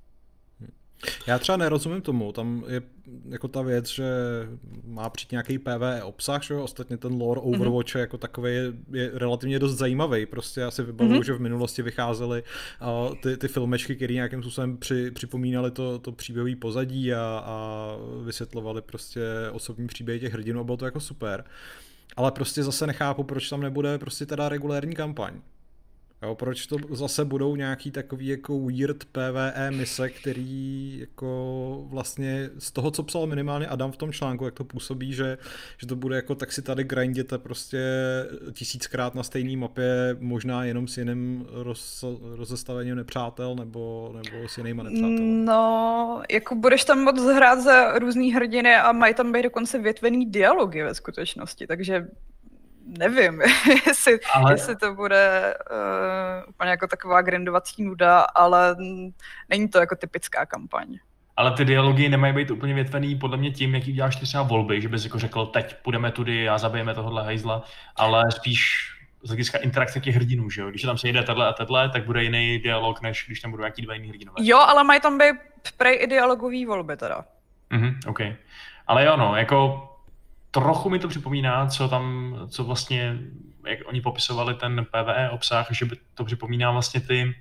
Já třeba nerozumím tomu, tam je jako ta věc, že má přijít nějaký PvE obsah, že jo? Ostatně ten lore Overwatche jako takový je relativně dost zajímavý, prostě já si vybavuju, že v minulosti vycházely ty filmečky, které nějakým způsobem připomínaly to příběhové pozadí a vysvětlovaly prostě osobní příběhy těch hrdinů a bylo to jako super. Ale prostě zase nechápu, proč tam nebude prostě teda regulérní kampaň. Jo, proč to zase budou nějaký takový jako weird PvE mise, který jako vlastně z toho, co psal minimálně Adam v tom článku, jak to působí, že to bude jako tak si tady grinděte prostě 1000krát na stejné mapě, možná jenom s jiným rozestavením nepřátel nebo s jinýma nepřátelem. No, jako budeš tam moc hrát za různý hrdiny a mají tam být dokonce větvený dialogy ve skutečnosti, takže nevím, jestli to bude úplně jako taková grindovací nuda, ale není to jako typická kampaň. Ale ty dialogy nemají být úplně větvený podle mě tím, jaký děláš ty třeba volby, že bys jako řekl, teď půjdeme tudy a zabijeme tohohle hajzla, ale spíš z hlediska interakce těch hrdinů, že jo? Když tam se jde tato a tato, tak bude jiný dialog, než když tam budou nějaký 2 jiný hrdinové. Jo, ale mají tam být prej i dialogový volby teda. OK. Ale jo, no, jako trochu mi to připomíná, co vlastně, jak oni popisovali ten PvE obsah, že by to připomíná vlastně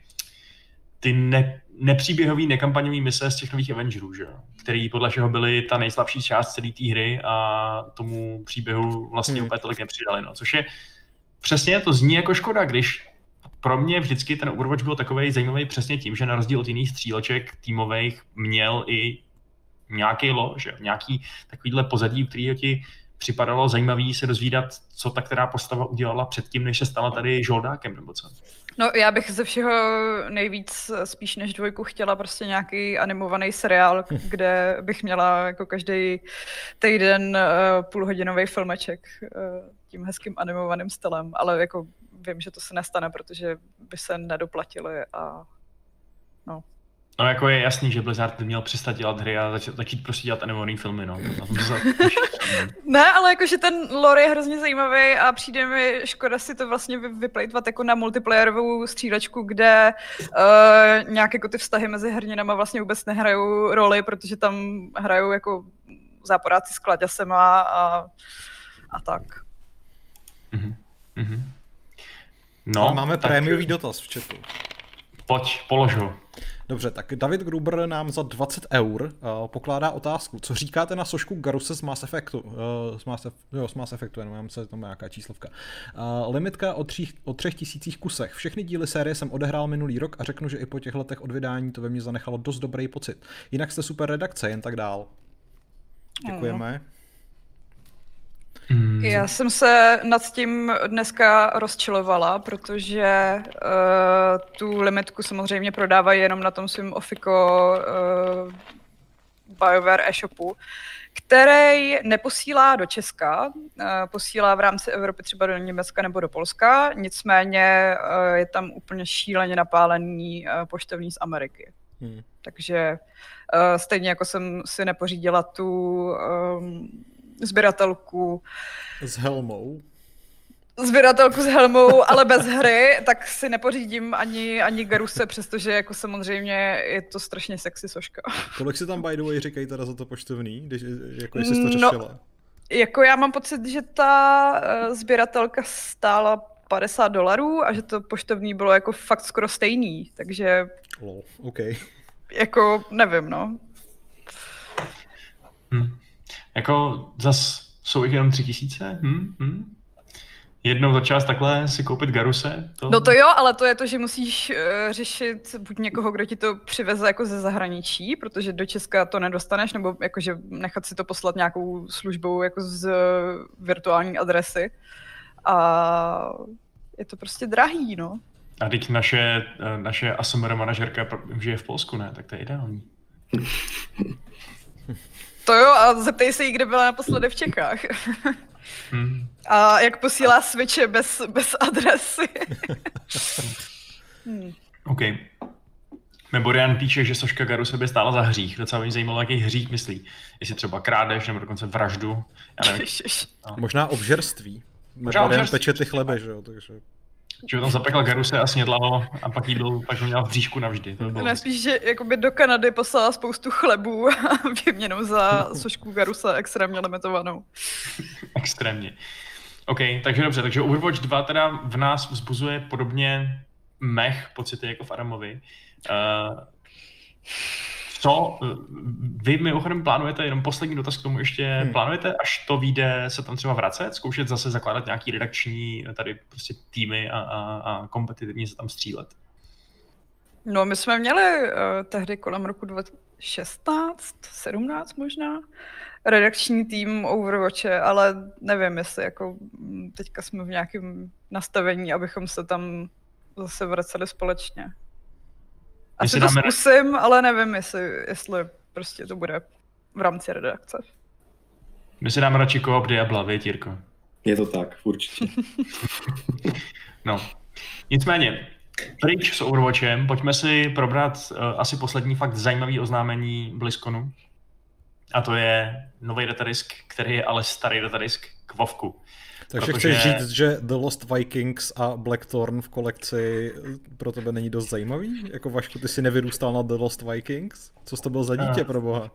ty nepříběhový, nekampaňový mise z těch nových Avengerů, že jo? Který podle všeho byly ta nejslabší část celé té hry a tomu příběhu vlastně úplně tolik nepřidali, no. Což je přesně, to zní jako škoda, když pro mě vždycky ten Overwatch byl takovej zajímavý přesně tím, že na rozdíl od jiných stříleček týmových měl i nějaký lore, že nějaký takovýhle pozadí, který ti připadalo zajímavý se dozvídat, co ta která postava udělala předtím, než se stala tady žoldákem, nebo co? No já bych ze všeho nejvíc spíš než 2 chtěla prostě nějaký animovaný seriál, kde bych měla jako každý týden půlhodinový filmeček tím hezkým animovaným stylem, ale jako vím, že to se nestane, protože by se nedoplatili a no. No jako je jasný, že Blizzard měl přestat dělat hry a začít prostě dělat animovaný filmy, no. Ne, ale jakože ten lore je hrozně zajímavý a přijde mi škoda si to vlastně vyplejtvat jako na multiplayerovou střílečku, kde nějak jako ty vztahy mezi hrdinama vlastně vůbec nehrajou roli, protože tam hrajou jako záporáci s kladěsema a tak. No, máme prémiový dotaz v chatu. Pojď, polož ho. Dobře, tak David Gruber nám za 20 € pokládá otázku. Co říkáte na sošku Garuse z Mass Effectu? Z Mass Effectu, jenom mám se tam nějaká číslovka. Limitka o 3000 kusech. Všechny díly série jsem odehrál minulý rok a řeknu, že i po těch letech od vydání to ve mně zanechalo dost dobrý pocit. Jinak jste super redakce, jen tak dál. Děkujeme. Já jsem se nad tím dneska rozčilovala, protože tu limitku samozřejmě prodávají jenom na tom svým Offico BioWare e-shopu, který neposílá do Česka, posílá v rámci Evropy třeba do Německa nebo do Polska, nicméně je tam úplně šíleně napálený poštovní z Ameriky. Takže stejně jako jsem si nepořídila tu sběratelku s helmou, ale bez hry, tak si nepořídím ani Garuse, přestože jako samozřejmě je to strašně sexy soška. Kolik si tam by the way říkají teda za to poštovný, jako jestli jsi to řešila? No, jako já mám pocit, že ta sběratelka stála $50 a že to poštovní bylo jako fakt skoro stejný, takže OK. Jako nevím, no. Jako zas jsou jich jenom 3000? Jednou za čas takhle si koupit Garuse? No to jo, ale to je to, že musíš řešit buď někoho, kdo ti to přiveze jako ze zahraničí, protože do Česka to nedostaneš, nebo jakože nechat si to poslat nějakou službou jako z virtuální adresy. A je to prostě drahý, no. A teď naše ASMR manažerka žije v Polsku, ne? Tak to je ideální. To jo, a zeptej se jí, kde byla naposledy v Čechách. A jak posílá switche bez adresy. OK. Memborian píše, že soška Garuse by stála za hřích. Docela mě zajímalo, jaký hřích myslí. Jestli třeba krádež, nebo dokonce vraždu. Já nevím. No. Možná obžerství. Memborian peče ty chleby, že jo, takže... Že tam zapekla Garuse a snědla ho a pak ho měla v bříšku navždy. Ne, spíš, že jakoby do Kanady poslala spoustu chlebů výměnou za sošku Garuse extrémně limitovanou. Extrémně. OK, takže dobře, takže Overwatch 2 teda v nás vzbuzuje podobně pocity jako v Adamovi. Co vy mimochodem plánujete, jenom poslední dotaz k tomu ještě, plánujete, až to vyjde, se tam třeba vracet, zkoušet zase zakládat nějaký redakční tady prostě týmy a kompetitivně se tam střílet? No my jsme měli tehdy kolem roku 2016, 17 možná, redakční tým Overwatche, ale nevím, jestli jako teďka jsme v nějakém nastavení, abychom se tam zase vraceli společně. Asi to zkusím, ale nevím, jestli prostě to bude v rámci redakce. My si dáme radši co-op Diabla, víš, Jirko? Je to tak, určitě. No, nicméně, pryč s Overwatchem, pojďme si probrat asi poslední fakt zajímavý oznámení BlizzConu. A to je nový datadisk, který je ale starý datadisk k WoWku. Takže chceš říct, že The Lost Vikings a Blackthorn v kolekci pro tebe není dost zajímavý? Jako Vašku, ty jsi nevyrůstal na The Lost Vikings? Co jsi to byl za dítě, pro boha?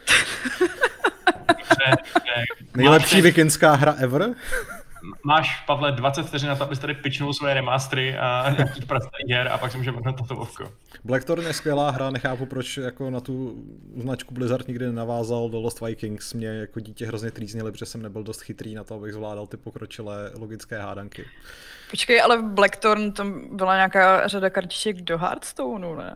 Nejlepší vikingská hra ever? Máš, Pavle, 20 vteřin na to, abys tady pičnul své remastery a nějakých pracovních her a pak se můžeme na to WoWko. Blackthorn je skvělá hra, nechápu, proč jako na tu značku Blizzard nikdy nenavázal. Do Lost Vikings mě jako dítě hrozně trýznili, protože jsem nebyl dost chytrý na to, abych zvládal ty pokročilé logické hádanky. Počkej, ale v Blackthorn tam byla nějaká řada kartiček do Hearthstoneu, ne?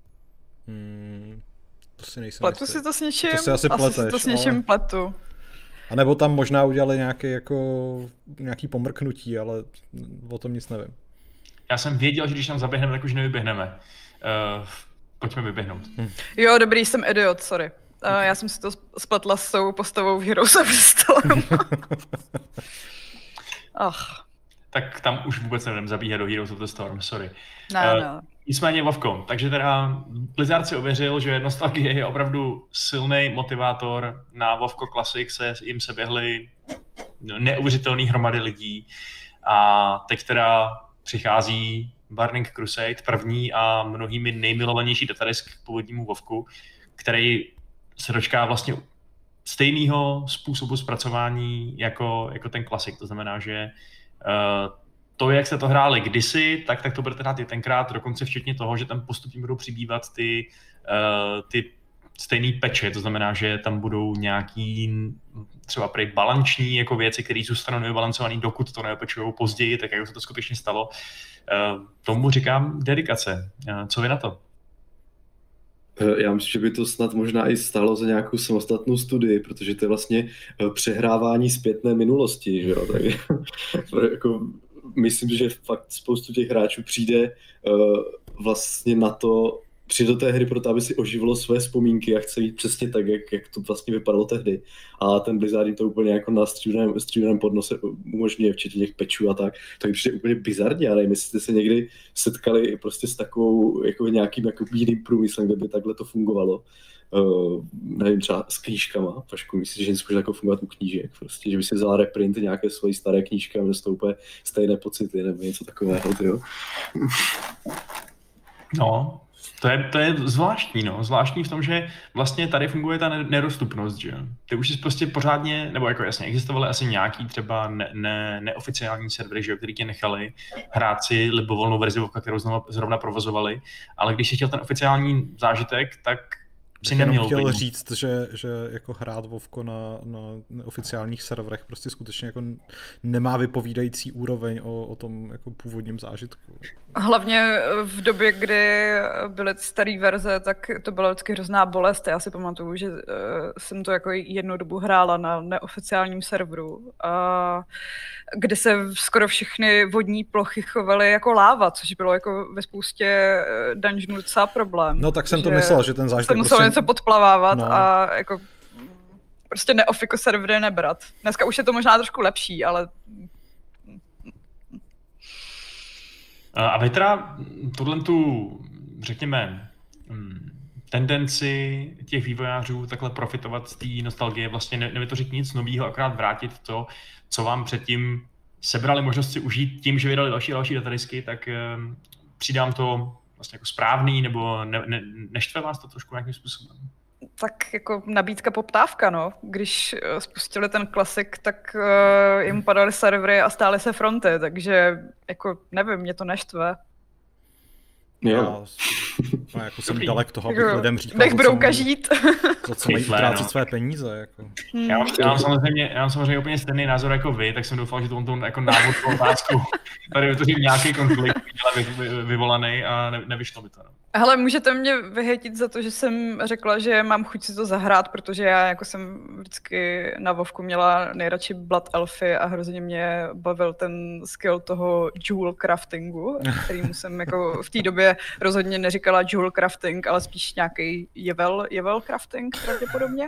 To si nejsem pletu si to s něčím? To si asi pleteš, si to s něčím pletu. A nebo tam možná udělali nějaký pomrknutí, ale o tom nic nevím. Já jsem věděl, že když tam zaběhneme, tak už nevyběhneme. Pojďme vyběhnout. Jo, dobrý, jsem idiot, sorry. Já jsem si to spletla s tou postavou v Heroes of the Storm. Tak tam už vůbec nevím zabíhat do Heroes of the Storm, sorry. Ne. Nicméně WoWko, takže teda Blizzard si ověřil, že nostalgie je opravdu silný motivátor. Na WoWko Classic jim se běhly neuvěřitelné hromady lidí a teď teda přichází Burning Crusade, první a mnohými nejmilovanější datadisk k původnímu WoWku, který se dočká vlastně stejného způsobu zpracování jako ten Classic. To znamená, že to, jak jste to hráli kdysi, tak to budete hrát i tenkrát, dokonce včetně toho, že tam postupně budou přibývat ty stejný peče, to znamená, že tam budou nějaký třeba prej balanční jako věci, které zůstanou nevybalancované, dokud to neopečujou později, tak jak se to skutečně stalo. Tomu říkám dedikace. Co vy na to? Já myslím, že by to snad možná i stálo za nějakou samostatnou studii, protože to je vlastně přehrávání zpětné minulosti, že jo? Tak jako, myslím, že fakt spoustu těch hráčů přijde vlastně na to, přijde do té hry proto, aby si oživilo své vzpomínky a chce jít přesně tak, jak to vlastně vypadalo tehdy. A ten Blizzard jim to úplně jako na stříbrném podnose umožňuje, včetně těch pečů a tak. To mi přijde úplně bizarně, ale nevím, jestli jste se někdy setkali prostě s takovou, jako nějakým jako jiným průmyslem, kde by takhle to fungovalo. Nevím, třeba s knížkama. Pašku, myslím, že něco může jako fungovat u knížek. Prostě, že by si vzala reprint nějaké svojí staré knížky a měl to úplně stejné pocity, nebo něco takového, jo. No, to je zvláštní, no. Zvláštní v tom, že vlastně tady funguje ta nedostupnost, že ty už jsi prostě pořádně, nebo jako jasně, existovaly asi nějaký třeba neoficiální servery, že který tě nechali hrát si libovolnou verzi Vovka, kterou zrovna provozovali, ale když jsi chtěl ten oficiální zážitek, tak si neměl chtěl říct, že jako hrát Vovko na oficiálních serverech prostě skutečně jako nemá vypovídající úroveň o tom jako původním zážitku. Hlavně v době, kdy byly staré verze, tak to byla vždycky hrozná bolest. Já si pamatuju, že jsem to jako jednu dobu hrála na neoficiálním serveru, kde se skoro všechny vodní plochy chovaly jako láva, což bylo jako ve spoustě dungeonů docela problém. No tak jsem to myslel, že ten zážitek musel něco podplavávat a jako prostě neofiko servery nebrat. Dneska už je to možná trošku lepší, ale... A vy teda tu, řekněme, tendenci těch vývojářů takhle profitovat z té nostalgie, vlastně nevytvořit nic nového, akorát vrátit to, co vám předtím sebrali možnost si užít tím, že vydali další datadisky, tak přidám to vlastně jako správný, nebo neštve vás to trošku nějakým způsobem? Tak jako nabídka poptávka, no. Když spustili ten klasik, tak jim padaly servery a stály se fronty, takže jako nevím, mě to neštve. Jo. Já jako jsem dalek toho, abych lidem říkal, nech brouka žít. za co mají utrácet své peníze. Jako. Já mám samozřejmě úplně stejný názor jako vy, tak jsem doufal, že to jako návod po otázku tady vytvořím nějaký konflikt vyvolaný a nevyšlo mi to. No. Hele, můžete mě vyhejtit za to, že jsem řekla, že mám chuť si to zahrát, protože já jako jsem vždycky na Vovku měla nejradši Blood Elfy a hrozně mě bavil ten skill toho jewel craftingu, kterýmu jsem jako v té době rozhodně neříkala jewel crafting, ale spíš nějaký jevel crafting pravděpodobně.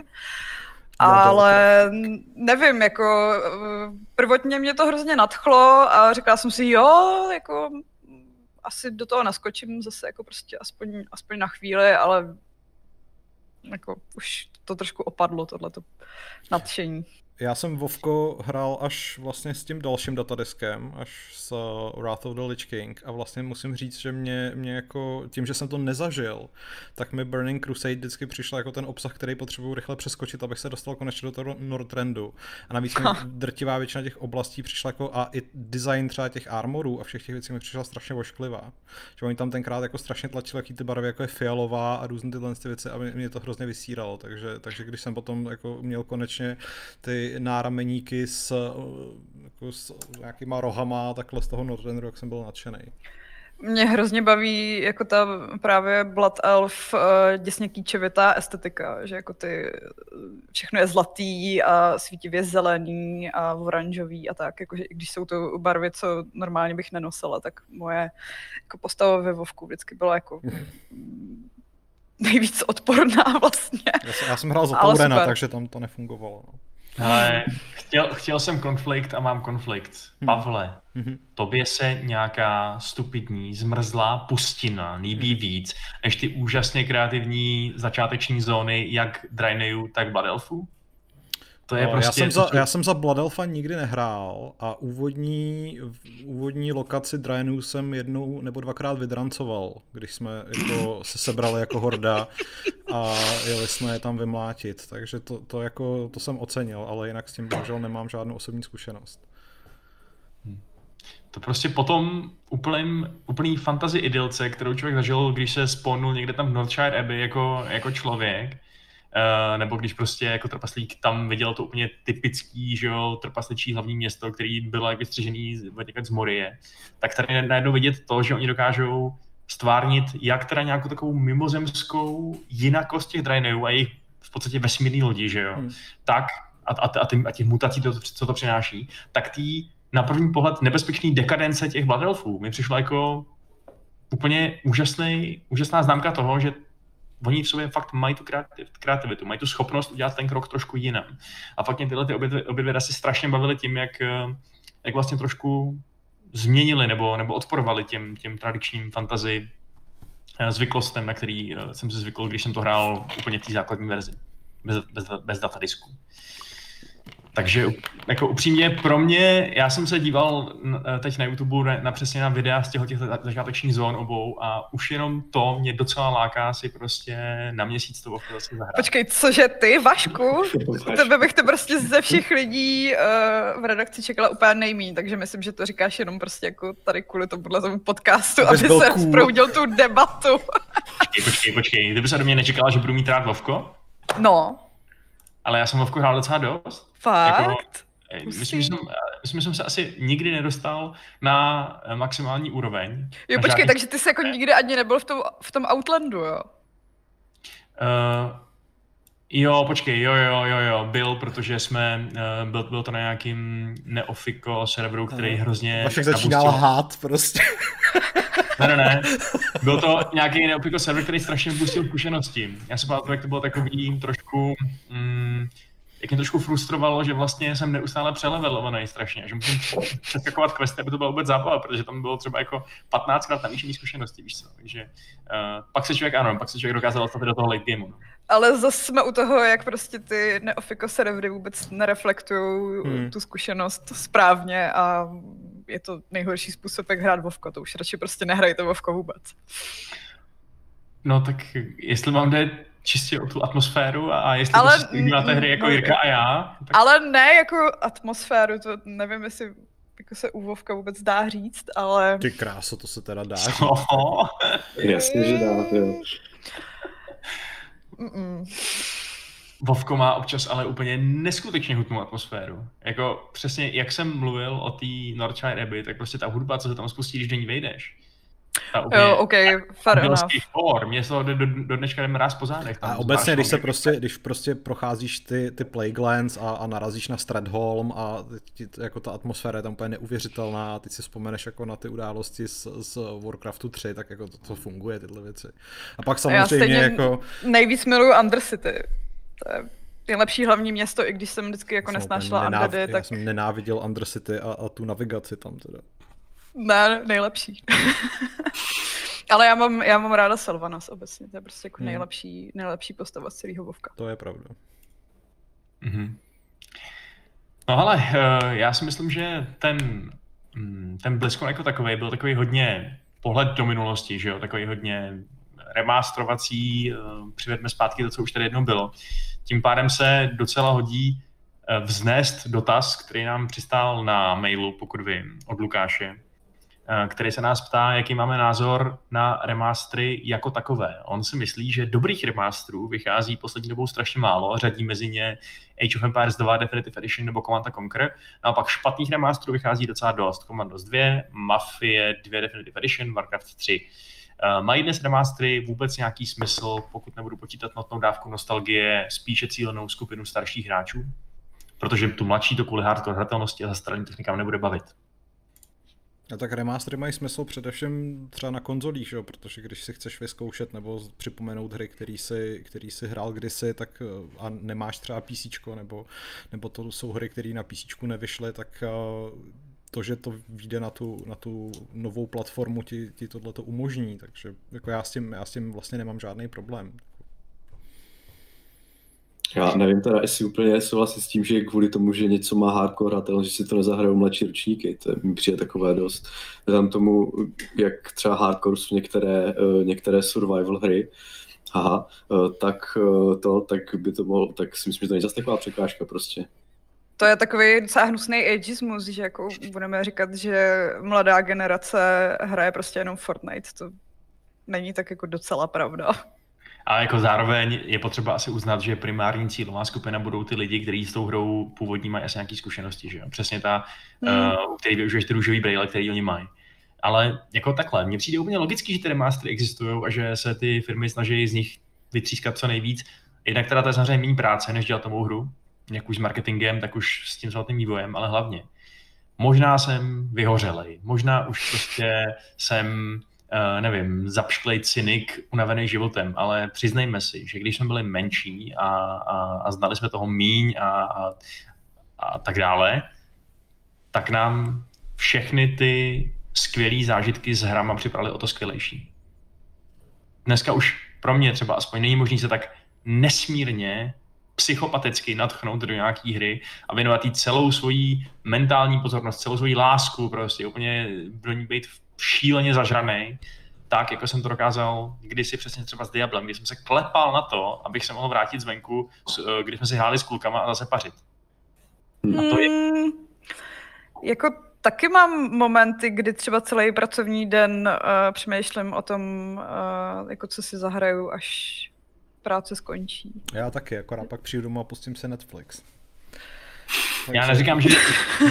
Ale nevím, jako prvotně mě to hrozně nadchlo a říkala jsem si, jo, jako asi do toho naskočím zase jako prostě aspoň na chvíli, ale jako už to trošku opadlo, tohleto nadšení. Já jsem Vovko hrál až vlastně s tím dalším datadiskem, až s Wrath of the Lich King a vlastně musím říct, že mě jako tím, že jsem to nezažil, tak mi Burning Crusade vždycky přišla jako ten obsah, který potřebuji rychle přeskočit, abych se dostal konečně do toho Northrandu. A navíc mi drtivá většina těch oblastí přišla jako a i design třeba těch armorů a všech těch věcí mi přišla strašně ošklivá. Že oni tam tenkrát jako strašně tlačili jaký ty barvy, jako je fialová a různé tyhle věci a mě to hrozně vysíralo, takže když jsem potom jako měl konečně ty nárameníky s nějakýma rohama takhle z toho Northrandu, jak jsem byl nadšený. Mě hrozně baví jako ta právě Blood Elf děsně kýčevitá estetika, že jako všechno je zlatý a svítivě zelený a oranžový a tak, jakože i když jsou to barvy, co normálně bych nenosila, tak moje jako postava ve Vovku vždycky byla jako nejvíc odporná vlastně. Já jsem hrál za Taurena, takže tam to nefungovalo. No. Ale chtěl jsem konflikt a mám konflikt. Pavle, tobě se nějaká stupidní, zmrzlá pustina líbí víc, než ty úžasně kreativní začáteční zóny jak Draeneiu, tak Blood Elfu? To je prostě... Já jsem za Blood Elfa nikdy nehrál a úvodní lokaci Draeneiu jsem jednou nebo dvakrát vydrancoval, když jsme jako se sebrali jako horda a jeli jsme je tam vymlátit, takže to jsem ocenil, ale jinak s tím bohužel nemám žádnou osobní zkušenost. to prostě potom úplný fantasy idylce, kterou člověk zažil, když se spawnul někde tam v Northshire Abbey jako člověk, nebo když prostě jako trpaslík tam viděl to úplně typický, že jo, trpasličí hlavní město, který bylo jak vystřižený z Morie, tak tady najednou vidět to, že oni dokážou stvárnit jak teda nějakou takovou mimozemskou jinakost těch Draeneiů a jejich v podstatě vesmírný lodi, že jo, tak a těch mutací, co to přináší, tak tý na první pohled nebezpečný dekadence těch Blood Elfů mi přišla jako úplně úžasná známka toho, že oni v sobě fakt mají tu kreativitu, mají tu schopnost udělat ten krok trošku jinam. A fakt mě tyhle obě dvě rasy strašně bavily tím, jak vlastně trošku změnili nebo odporovali těm tradičním fantasy zvyklostem, na který jsem se zvykl, když jsem to hrál úplně v té základní verzi, bez datadisku. Takže jako upřímně pro mě, já jsem se díval teď na YouTube přesně na videa z těch začátečních zón obou a už jenom to mě docela láká si prostě na měsíc to Vovko zase zahrát. Počkej, cože ty, Vašku? Tebe bych to prostě ze všech lidí v redakci čekala úplně nejmíň, takže myslím, že to říkáš jenom prostě jako tady kvůli tomu podcastu, aby se rozproudil tu debatu. Počkej, ty bys se do mě nečekala, že budu mít rád Vovko? No. Ale já jsem Vovku hrál docela dost. Fakt? Myslím, že jsem se asi nikdy nedostal na maximální úroveň. Jo, počkej, takže ty jsi jako nikdy ani nebyl v tom Outlandu, jo? Jo, počkej, jo, byl, protože byl to na nějakým Neofiko serveru, který hrozně... Vašek začínal lhát prostě. Ne. Byl to nějaký Neofiko server, který strašně boostil zkušenosti. Já si pamatuju, jak to bylo takový trošku... jak mě trošku frustrovalo, že vlastně jsem neustále přelevelovaný strašně, že musím přeskakovat questy, aby to bylo vůbec zábava, protože tam bylo třeba jako 15krát navýšení zkušenosti, víš co, takže pak se člověk dokázal dostat do toho late gameu. No. Ale zase jsme u toho, jak prostě ty Neofiko servery vůbec nereflektují tu zkušenost správně a je to nejhorší způsob, jak hrát Vovko, to už radši prostě nehrajte Vovko vůbec. No tak jestli vám jde čistě o tu atmosféru a jestli máte hry jako Jirka a já. Tak... Ale ne jako atmosféru, to nevím, jestli jako se u Vovka vůbec dá říct, ale... Ty kráso, to se teda dá říct. Jasně, že dá, jo. Vovko má občas ale úplně neskutečně hutnou atmosféru. Jako přesně, jak jsem mluvil o té Northshire Abbey, tak prostě ta hudba, co se tam spustí, když do ní vejdeš. Jo, okay, fair enough. Mě se to do dneška jdeme ráz po zádech. A obecně, když prostě procházíš ty Plaguelands a narazíš na Stradholm a jako ta atmosféra je tam úplně neuvěřitelná a ty si vzpomeneš jako na ty události z Warcraftu 3, tak jako to funguje, tyhle věci. A pak samozřejmě jako... nejvíc miluju Undercity. To je nejlepší hlavní město, i když jsem vždycky jako nesnášela Undeady, tak... Já jsem nenáviděl Undercity a tu navigaci tam teda. Ne, nejlepší. Ale já mám ráda Sylvanas obecně, to je prostě jako nejlepší postava z celého Vovka. To je pravda. No hele, já si myslím, že ten BlizzCon jako takovej byl takový hodně pohled do minulosti, že jo, takový hodně remastrovací, přivedme zpátky to, co už tady jednou bylo. Tím pádem se docela hodí vznést dotaz, který nám přistál na mailu, pokud vím, od Lukáše, který se nás ptá, jaký máme názor na remastery jako takové. On si myslí, že dobrých remasterů vychází poslední dobou strašně málo, řadí mezi ně Age of Empires 2 Definitive Edition nebo Command & Conquer, a pak špatných remasterů vychází docela dost. Commandos 2, Mafie 2 Definitive Edition, Warcraft 3. Mají dnes remastery vůbec nějaký smysl, pokud nebudu počítat notnou dávku nostalgie, spíše cílenou skupinu starších hráčů? Protože tu mladší to kvůli hardcore hratelnosti a zastaralým technikám nebude bavit. A tak remastery mají smysl především třeba na konzolích, jo? Protože když si chceš vyzkoušet nebo připomenout hry, který si hrál kdysi, tak a nemáš třeba PCčko, nebo to jsou hry, které na PCčku nevyšly, tak to, že to vyjde na tu novou platformu, ti tohleto umožní, takže jako já s tím vlastně nemám žádný problém. Já nevím teda, jestli úplně souhlasím s tím, že kvůli tomu, že něco má hardcore hratelnost, že si to nezahrajou mladší ročníky, to mi přijde takové dost. Tam tomu, jak třeba hardcore jsou některé survival hry, tak by to mohlo, tak si myslím, že to není zase taková překážka prostě. To je takový docela hnusný ageismus, že jako budeme říkat, že mladá generace hraje prostě jenom Fortnite. To není tak jako docela pravda. Ale jako zároveň je potřeba asi uznat, že primární cílová skupina budou ty lidi, kteří s tou hrou původní mají asi nějaké zkušenosti, že jo? Přesně ta, který využiješ ty růžový brýle, který oni mají. Ale jako takhle, mně přijde úplně logický, že ty remastery existují a že se ty firmy snaží z nich vytřískat co nejvíc. Jednak teda to je samozřejmě méně práce, než dělat novou hru, jak už s marketingem, tak už s tím samotným vývojem, ale hlavně možná jsem vyhořelej, možná už prostě jsem zapšklej cynik, unavený životem, ale přiznejme si, že když jsme byli menší a znali jsme toho míň a tak dále, tak nám všechny ty skvělý zážitky s hrama připravili o to skvělejší. Dneska už pro mě třeba aspoň není možný se tak nesmírně psychopaticky nadchnout do nějaký hry a věnovat jí celou svoji mentální pozornost, celou svoji lásku, prostě úplně do ní být šíleně zažranej, tak jako jsem to dokázal kdysi přesně třeba s Diablem, kdy jsem se klepal na to, abych se mohl vrátit zvenku, kdy jsme si hráli s klukama a zase pařit. A to je... Jako taky mám momenty, kdy třeba celý pracovní den přemýšlím o tom, jako co si zahraju, až práce skončí. Já taky, akorát pak přijdu domů a pustím se Netflix. Já neříkám, že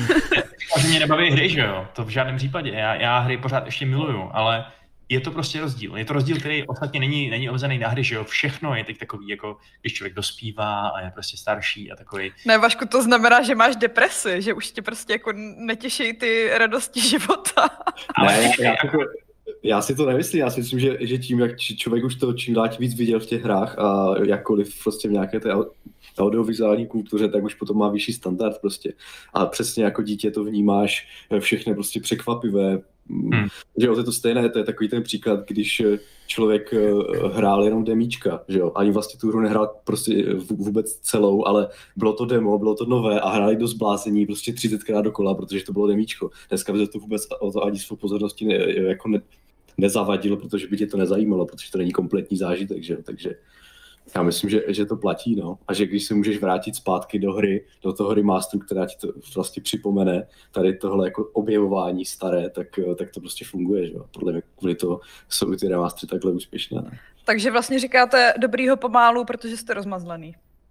mě nebaví hry, že jo? To v žádném případě. Já hry pořád ještě miluju, ale je to prostě rozdíl. Je to rozdíl, který ostatně není omezený na hry, že jo? Všechno je teď takový, jako když člověk dospívá a je prostě starší a takový. Ne, Vašku, to znamená, že máš depresi, že už tě prostě jako netěší ty radosti života. Ale já si to nemyslím, já si myslím, že tím, jak člověk už to čím dál víc viděl v těch hrách a jakkoliv prostě v nějaké té audiovizuální kultuře, tak už potom má vyšší standard prostě. A přesně jako dítě to vnímáš všechny prostě překvapivé. Že jo, to je to stejné, to je takový ten příklad, když člověk hrál jenom demíčka, že jo, ani vlastně tu hru nehrál prostě vůbec celou, ale bylo to demo, bylo to nové a hráli do zblázení prostě 30krát dokola, protože to bylo demíčko. Dneska by to vůbec o to ani svou pozornosti nezavadilo, protože by tě to nezajímalo, protože to není kompletní zážitek, že jo, takže já myslím, že to platí, no. A že když se můžeš vrátit zpátky do hry, do toho remasteru, která ti to vlastně připomene, tady tohle jako objevování staré, tak to prostě funguje, že jo. Podle mě kvůli toho jsou ty remastery takhle úspěšné. Ne? Takže vlastně říkáte dobrýho pomálu, protože jste rozmazlený.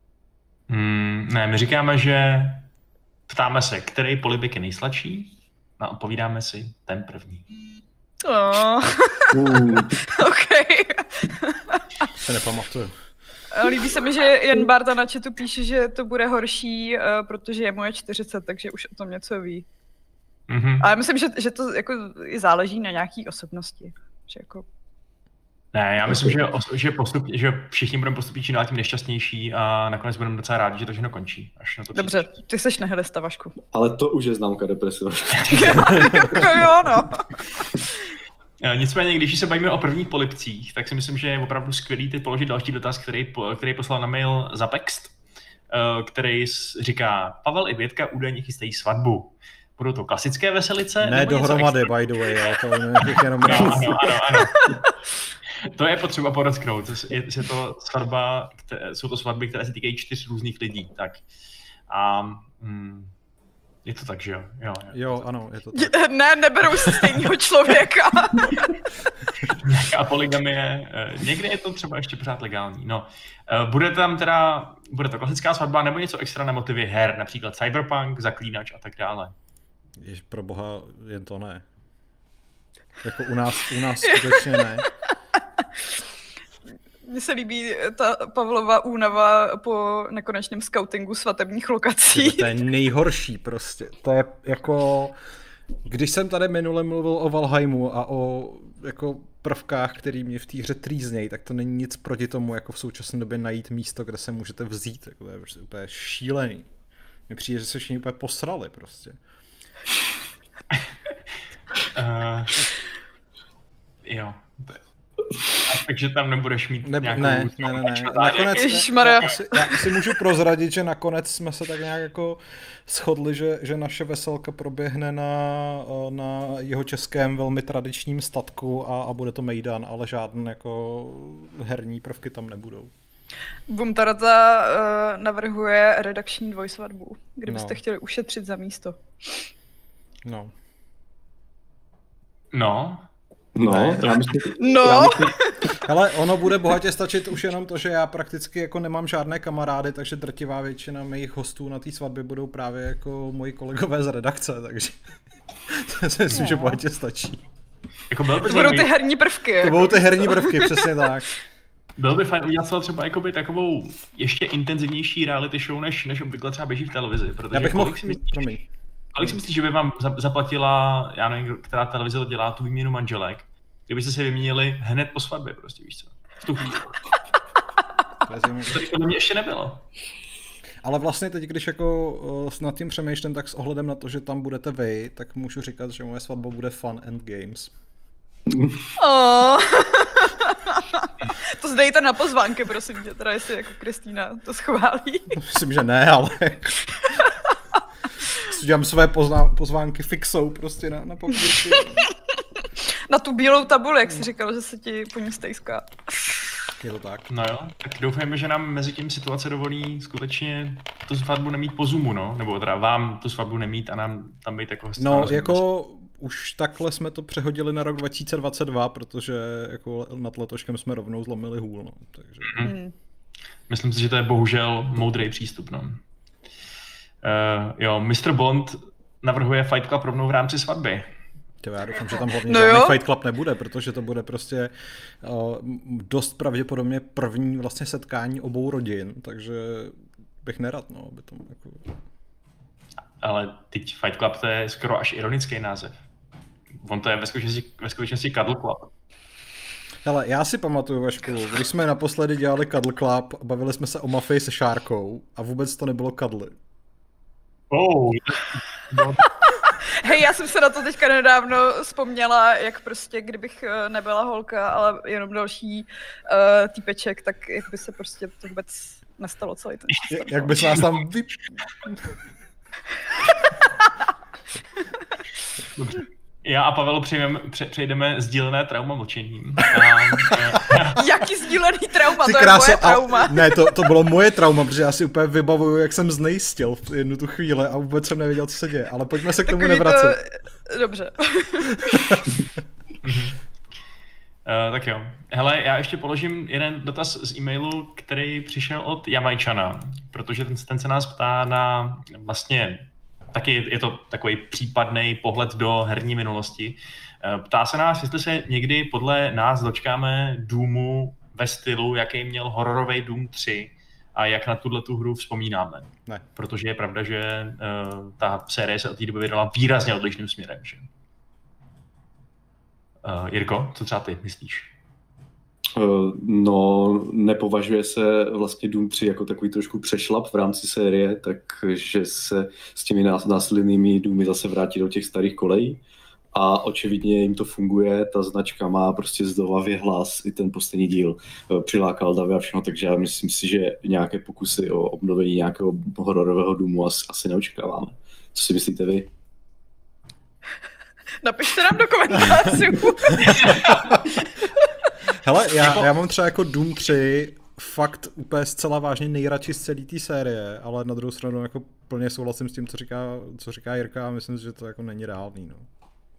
Ne, my říkáme, že ptáme se, který polibek je nejsladší a odpovídáme si ten první. OK. Se nepamatuju. Líbí se mi, že Jan Barta na chatu píše, že to bude horší, protože je moje 40, takže už o tom něco ví. Ale myslím, že to jako záleží na nějaký osobnosti. Že jako... Ne, já myslím, že všichni budeme postupně čím dál tím nešťastnější a nakonec budeme docela rádi, že to všechno končí. Až na to dobře, ty seš nihilista, Vašku. Ale to už je známka deprese. Jo, no. Nicméně, když se bavíme o prvních polibcích, tak si myslím, že je opravdu skvělý teď položit další dotaz, který poslal na mail Zapext, který říká: Pavel i Větka údajně chystají svatbu. Budou to klasické veselice? Ne dohromady, by the way, já to nevím, jenom rád. Ano. To je potřeba podotknout. Jsou to svatby, které se týkají 4 různých lidí. Tak. A je to tak, že jo? Jo, ano, je to tak. Ne, neberou si stejného člověka. Nějaká polygamie, někde je to třeba ještě pořád legální. No, bude to klasická svatba nebo něco extra na motivy her, například Cyberpunk, Zaklínač a tak dále. Jež pro boha, jen to ne. Jako u nás skutečně ne. Mně se líbí ta Pavlova únava po nekonečném skautingu svatebních lokací. To je nejhorší prostě. To je jako... Když jsem tady minule mluvil o Valheimu a o jako prvkách, který mě v té hře trýznějí, tak to není nic proti tomu, jako v současné době najít místo, kde se můžete vzít. Jako to je prostě úplně šílený. Mně přijde, že se všichni úplně posrali prostě. Jo. Takže tam nebudeš mít nějakou... Ne. Nakonec já si můžu prozradit, že nakonec jsme se tak nějak jako shodli, že naše veselka proběhne na jeho českém velmi tradičním statku a bude to mejdan, ale žádné jako herní prvky tam nebudou. Bumtarata navrhuje redakční dvojsvatbu, kdybyste chtěli ušetřit za místo. No. No. No, já myslím, Ale ono bude bohatě stačit už jenom to, že já prakticky jako nemám žádné kamarády, takže drtivá většina mých hostů na té svatbě budou právě jako moji kolegové z redakce, takže to si myslím, že bohatě stačí. Jako to budou ty herní prvky. To budou ty herní prvky, přesně tak. Bylo by fajn udělat třeba jakoby takovou ještě intenzivnější reality show, než obvykle třeba běží v televizi. Protože Já bych mohl... Kolik si myslíš, že by vám zaplatila, já nevím, která televize to dělá, tu výměnu manželek, kdybyste se vyměnili hned po svatbě, prostě víš co? V tu chvíli. To podle mě ještě nebylo. Ale vlastně teď, když jako nad tím přemýšlím, tak s ohledem na to, že tam budete vy, tak můžu říkat, že moje svatba bude fun and games. Oh. To zdejte na pozvánky, prosím tě, teda jestli jako Kristýna to schválí. Myslím, že ne, ale dělám své pozvánky fixou prostě na papírky. Na tu bílou tabuli, jak jsi říkal, že se ti po ní stejská. Je to tak. No jo, tak doufujeme, že nám mezi tím situace dovolí skutečně tu svatbu nemít po Zoomu, no? Nebo teda vám tu svatbu nemít a nám tam být jako... No, jako už takhle jsme to přehodili na rok 2022, protože jako nad letoškem jsme rovnou zlomili hůl, no. Takže... Myslím si, že to je bohužel moudrý přístup, no. Jo, Mr. Bond navrhuje Fight Club rovnou v rámci svatby. Já doufám, že tam hlavně žádný Fight Club nebude, protože to bude prostě dost pravděpodobně první vlastně setkání obou rodin, takže bych nerad, no, aby to jako... Ale teď Fight Club to je skoro až ironický název. On to je ve skutečnosti Cuddle Club. Hele, já si pamatuju, Vašku, když jsme naposledy dělali Cuddle Club, bavili jsme se o mafii se šárkou a vůbec to nebylo cuddly. Oh. Hej, já jsem se na to teďka nedávno vzpomněla, jak prostě, kdybych nebyla holka, ale jenom další týpeček, tak jak by se prostě to vůbec nestalo celý ten čas. Jak by se nás tam Dobře. Já a Pavel přejdeme sdílené trauma mlčením. Jaký sdílený trauma? Ty to kráso, je moje trauma. Ne, to bylo moje trauma, protože já si úplně vybavuju, jak jsem znejistil v jednu tu chvíli a vůbec jsem nevěděl, co se děje, ale pojďme se k tomu nevracet. Dobře. Tak jo. Hele, já ještě položím jeden dotaz z e-mailu, který přišel od Jamajčana, protože ten se nás ptá na vlastně, taky je to takový případný pohled do herní minulosti. Ptá se nás, jestli se někdy podle nás dočkáme Doomu ve stylu, jaký měl hororový Doom 3 a jak na tu hru vzpomínáme. Ne. Protože je pravda, že ta série se od té doby vydala výrazně odlišným směrem. Že? Jirko, co třeba ty myslíš? No, nepovažuje se vlastně Doom 3 jako takový trošku přešlap v rámci série, takže se s těmi následnými Doomy zase vrátí do těch starých kolejí a očividně jim to funguje, ta značka má prostě zdovavě hlas, i ten poslední díl přilákal davy a všechno, takže já myslím si, že nějaké pokusy o obnovení nějakého hororového Doomu asi neočekáváme. Co si myslíte vy? Napište nám do komentářů. Hele, já mám třeba jako Doom 3 fakt úplně zcela vážně nejradši z celé té série, ale na druhou stranu jako plně souhlasím s tím, co říká Jirka a myslím si, že to jako není reálný. No.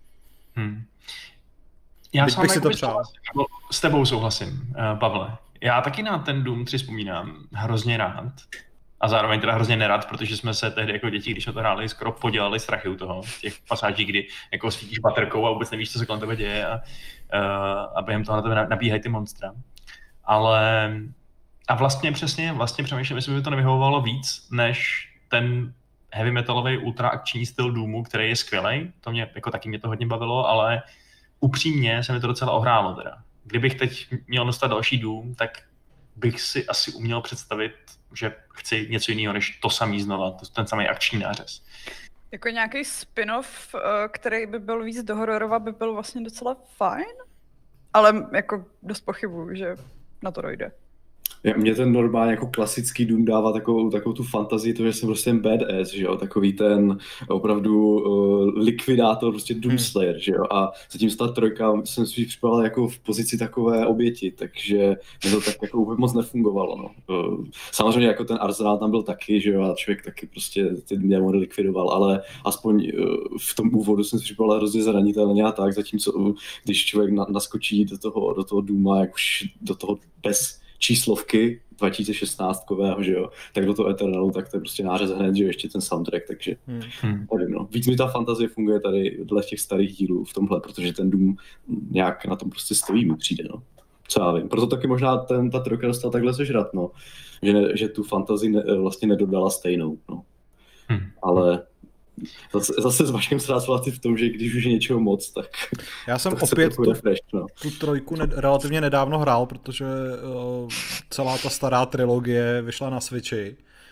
Já bych si to přál. S tebou souhlasím, Pavle. Já taky na ten Doom 3 vzpomínám hrozně rád. A zároveň teda hrozně nerad, protože jsme se tehdy jako děti, když jsme to hráli, skoro podělali strachy u toho. Těch pasáží, kdy jako svítíš baterkou a vůbec nevíš, co se kolem tebe děje a během toho na tebe nabíhají ty monstra. Ale a vlastně přemýšlím, jestli by to nevyhovovalo víc, než ten heavy metalový ultra akční styl Doomu, který je skvělej. To mě, jako taky mě to hodně bavilo, ale upřímně se mi to docela ohrálo teda. Kdybych teď měl dostat další Doom, tak bych si asi uměl představit, že chci něco jiného, než to samý znova, ten samý akční nářez. Jako nějaký spin-off, který by byl víc do hororova, by byl vlastně docela fajn, ale jako dost pochybuju, že na to dojde. Mě ten normálně jako klasický Doom dává takovou tu fantazii, to, že jsem prostě ten badass, že jo, takový ten opravdu likvidátor, prostě Doomslayer, že jo, a zatím ta trojka jsem si připadal jako v pozici takové oběti, takže mě to tak jako úplně moc nefungovalo, no. Samozřejmě jako ten arzenál tam byl taky, že jo, a člověk taky prostě ty démony likvidoval, ale aspoň v tom úvodu jsem si připadal hrozně zranitelně a tak, zatímco když člověk naskočí do toho Dooma, jak už do toho bez číslovky 2016-kového, že jo, tak do toho Eternalu, tak to je prostě nářez hned, že jo, ještě ten soundtrack, takže nevím, no. Víc mi ta fantazie funguje tady dle těch starých dílů v tomhle, protože ten Doom nějak na tom prostě stojí, mi přijde, no. Co já vím. Proto taky možná ta trojka dostala takhle sežrat, no. Že tu fantazii vlastně nedodala stejnou, no. Ale zase s Vaškem se dá souhlasit v tom, že když už je něčeho moc, tak já jsem to opět tu trojku relativně nedávno hrál, protože celá ta stará trilogie vyšla na Switchi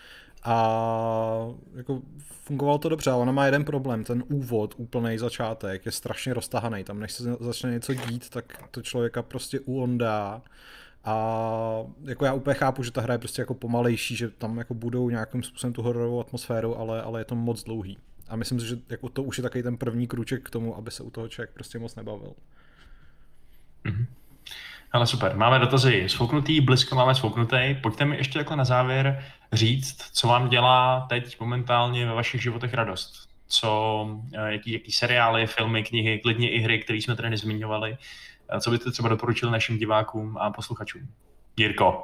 a jako fungovalo to dobře, ale ona má jeden problém, ten úvod, úplnej začátek je strašně roztahaný, tam než se začne něco dít, tak to člověka prostě uondá. A jako já úplně chápu, že ta hra je prostě jako pomalejší, že tam jako budou nějakým způsobem tu hororovou atmosféru, ale je to moc dlouhý. A myslím si, že jako to už je takový ten první krůček k tomu, aby se u toho člověk prostě moc nebavil. Ale super, máme dotazy sfouknutý, Blizko máme sfouknutý. Pojďte mi ještě takhle na závěr říct, co vám dělá teď momentálně ve vašich životech radost. Jaký seriály, filmy, knihy, klidně i hry, které jsme tady nezmiňovali. Co byste třeba doporučil našim divákům a posluchačům? Jirko.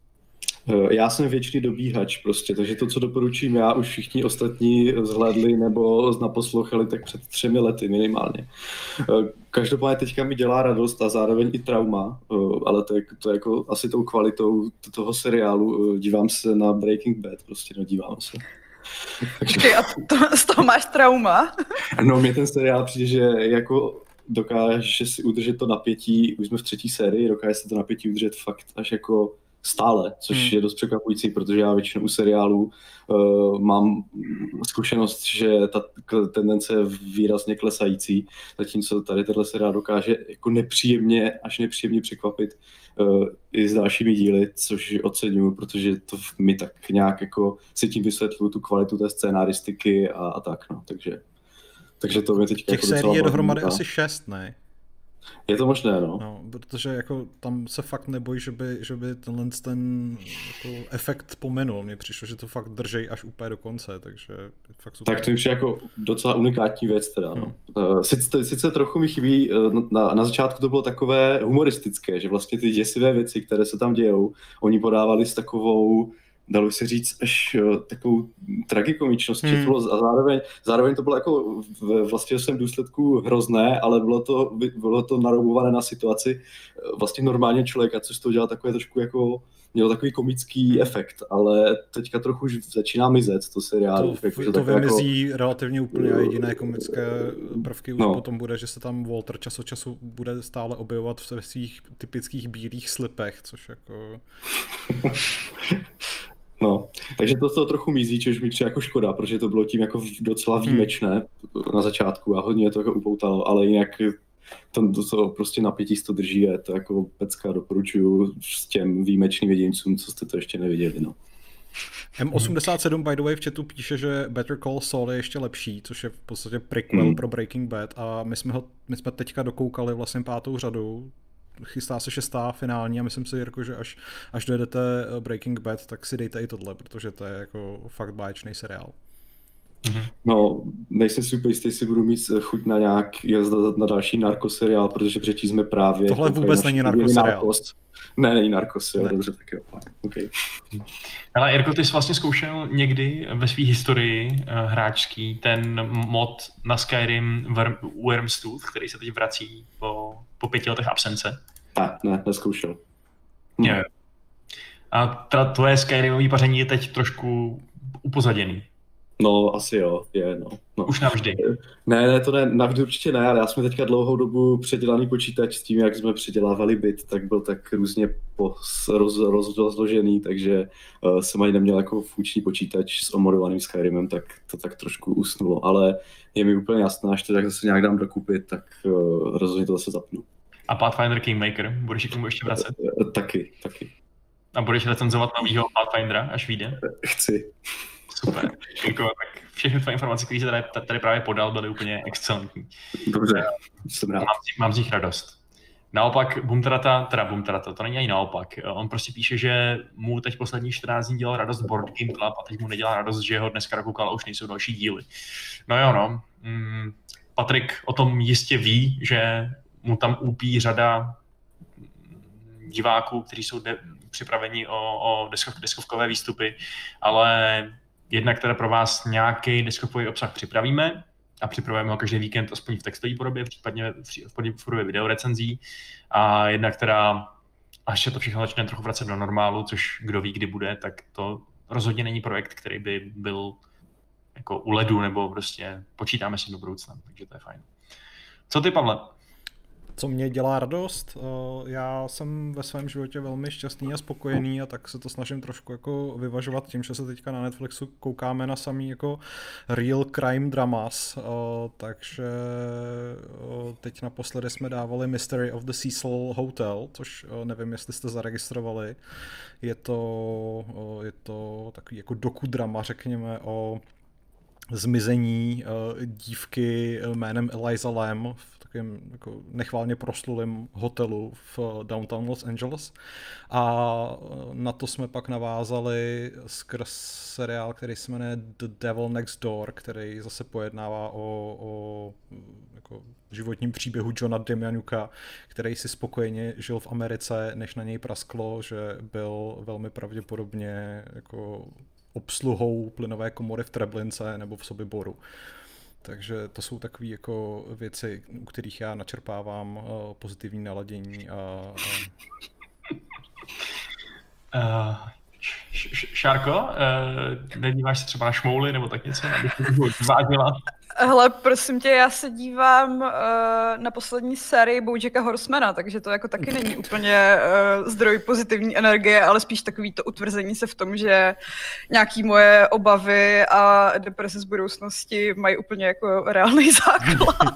Já jsem věčný dobíhač prostě, takže to, co doporučím já, už všichni ostatní zhlédli nebo naposlouchali tak před 3 lety minimálně. Každopádně teďka mi dělá radost a zároveň i trauma, ale to je jako asi tou kvalitou toho seriálu. Dívám se na Breaking Bad, prostě dívám se. Takže... A z toho máš trauma? No, mě ten seriál přijde, že jako dokáže si udržet to napětí, už jsme v 3. sérii, dokáže si to napětí udržet fakt až jako stále, což je dost překvapující, protože já většinou u seriálů mám zkušenost, že ta tendence je výrazně klesající, zatímco tady tenhle seriál dokáže jako nepříjemně překvapit i s dalšími díly, což oceňuju, protože to mi tak nějak jako si tím vysvětluju tu kvalitu té scénaristiky a tak, no, takže to mě teďka těch jako sérií je dohromady asi 6, ne? Je to možné, no. No, protože jako tam se fakt nebojí, že by ten jako efekt pominul. Mně přišlo, že to fakt držej až úplně do konce, takže fakt super. Tak to je jako docela unikátní věc teda, no. Sice trochu mi chybí, na začátku to bylo takové humoristické, že vlastně ty děsivé věci, které se tam dějou, oni podávali s takovou, dalo se říct, až takovou tragikomičností. A zároveň to bylo jako vlastně v svém důsledku hrozné, ale bylo to naroubované na situaci vlastně normálně člověka, což to dělá takové trošku jako, mělo takový komický efekt, ale teďka trochu už začíná mizet to seriálu. To vymizí jako relativně úplně a jediné komické prvky už potom bude, že se tam Walter čas od času bude stále objevovat ve svých typických bílých slipech, což jako... No, takže to trochu mizí, což mi přijde jako škoda, protože to bylo tím jako docela výjimečné na začátku a hodně to jako upoutalo, ale jinak to prostě napětí to drží a to jako pecka doporučuju s těm výjimečným jedincům, co jste to ještě neviděli, no. M87 by the way v chatu píše, že Better Call Saul je ještě lepší, což je v podstatě prequel pro Breaking Bad a my jsme teďka dokoukali vlastně 5. řadu, chystá se 6. finální a myslím si, Jirko, že až dojedete Breaking Bad, tak si dejte i tohle, protože to je jako fakt báječný seriál. No, nejsem si úplně jistý, jestli budu mít chuť na na další narkoseriál, protože předtím jsme právě... Tohle vůbec není narkoseriál. Ne, není narkoseriál, dobře, tak jo. Okay. Ale Jirko, ty jsi vlastně zkoušel někdy ve své historii hráčský ten mod na Skyrim Wyrmstooth, který se teď vrací po 5 letech absence? Ne, neskoušel. Jo. A tvoje Skyrimový paření je teď trošku upozaděný. No, asi jo, je, no. Už navždy. Ne, to ne, navždy určitě ne, ale já jsme teďka dlouhou dobu předělaný počítač s tím, jak jsme předělávali byt, tak byl tak různě rozložený, takže jsem ani neměl jako funkční počítač s omodovaným Skyrimem, tak to tak trošku usnulo, ale je mi úplně jasné, až to tak zase nějak dám dokupit, tak rozhodně to zase zapnu. A Pathfinder Kingmaker, budeš k tomu ještě vracet? Taky. A budeš recenzovat novýho Pathfindera, až vyjde? Chci. Super. Děkuji. Tak všechny tvoje informace, které jsi tady právě podal, byly úplně excelentní. Dobře, jsem rád. Mám z nich radost. Naopak Boomtrata, to není ani naopak. On prostě píše, že mu teď posledních 14 dní dělal radost Board Game Club a teď mu nedělá radost, že ho dneska koukal a už nejsou další díly. No jo, no. Patrik o tom jistě ví, že mu tam úpí řada diváků, kteří jsou připraveni o deskovkové výstupy, ale jednak teda pro vás nějaký deskovkový obsah připravíme a připravujeme ho každý víkend aspoň v textové podobě, případně v podobě videorecenzí a jednak teda, až se to všechno začne trochu vracet do normálu, což kdo ví, kdy bude, tak to rozhodně není projekt, který by byl jako u ledu, nebo prostě počítáme si do budoucna, takže to je fajn. Co ty, Pavle? Co mě dělá radost? Já jsem ve svém životě velmi šťastný a spokojený a tak se to snažím trošku jako vyvažovat tím, že se teďka na Netflixu koukáme na samý jako real crime dramas, takže teď naposledy jsme dávali Mystery of the Cecil Hotel, což nevím, jestli jste zaregistrovali. Je to takový jako dokudrama, řekněme, o zmizení dívky jménem Eliza Lam v takovém jako nechválně proslulém hotelu v downtown Los Angeles. A na to jsme pak navázali skrz seriál, který se jmenuje The Devil Next Door, který zase pojednává o jako životním příběhu Johna Demjanuka, který si spokojeně žil v Americe, než na něj prasklo, že byl velmi pravděpodobně jako obsluhou plynové komory v Treblince nebo v Sobiboru. Takže to jsou takové jako věci, u kterých já načerpávám pozitivní naladění. Šárko, nedíváš se třeba na šmouly nebo tak něco, abych to zvážila? Hele, prosím tě, já se dívám na poslední sérii BoJacka Horsemana, takže to jako taky není úplně zdroj pozitivní energie, ale spíš takový to utvrzení se v tom, že nějaký moje obavy a deprese z budoucnosti mají úplně jako reálný základ.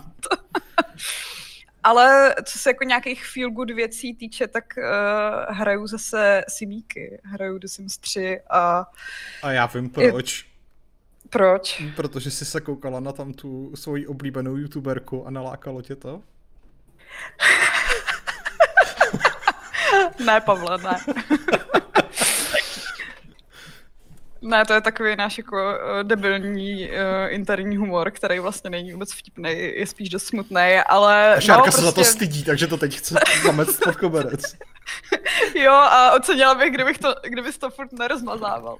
Ale co se jako nějakých feel good věcí týče, tak hraju zase simíky, hraju The Sims 3 a já vím proč. Proč? Protože jsi se koukala na tam tu svoji oblíbenou youtuberku a nalákalo tě to? Ne, Pavle, ne. Ne, to je takový náš jako debilní interní humor, který vlastně není vůbec vtipný, je spíš dost smutný, ale... A Šárka se za to stydí, takže to teď chce zamést pod koberec. Jo, a ocenila bych, kdybys to furt nerozmazával.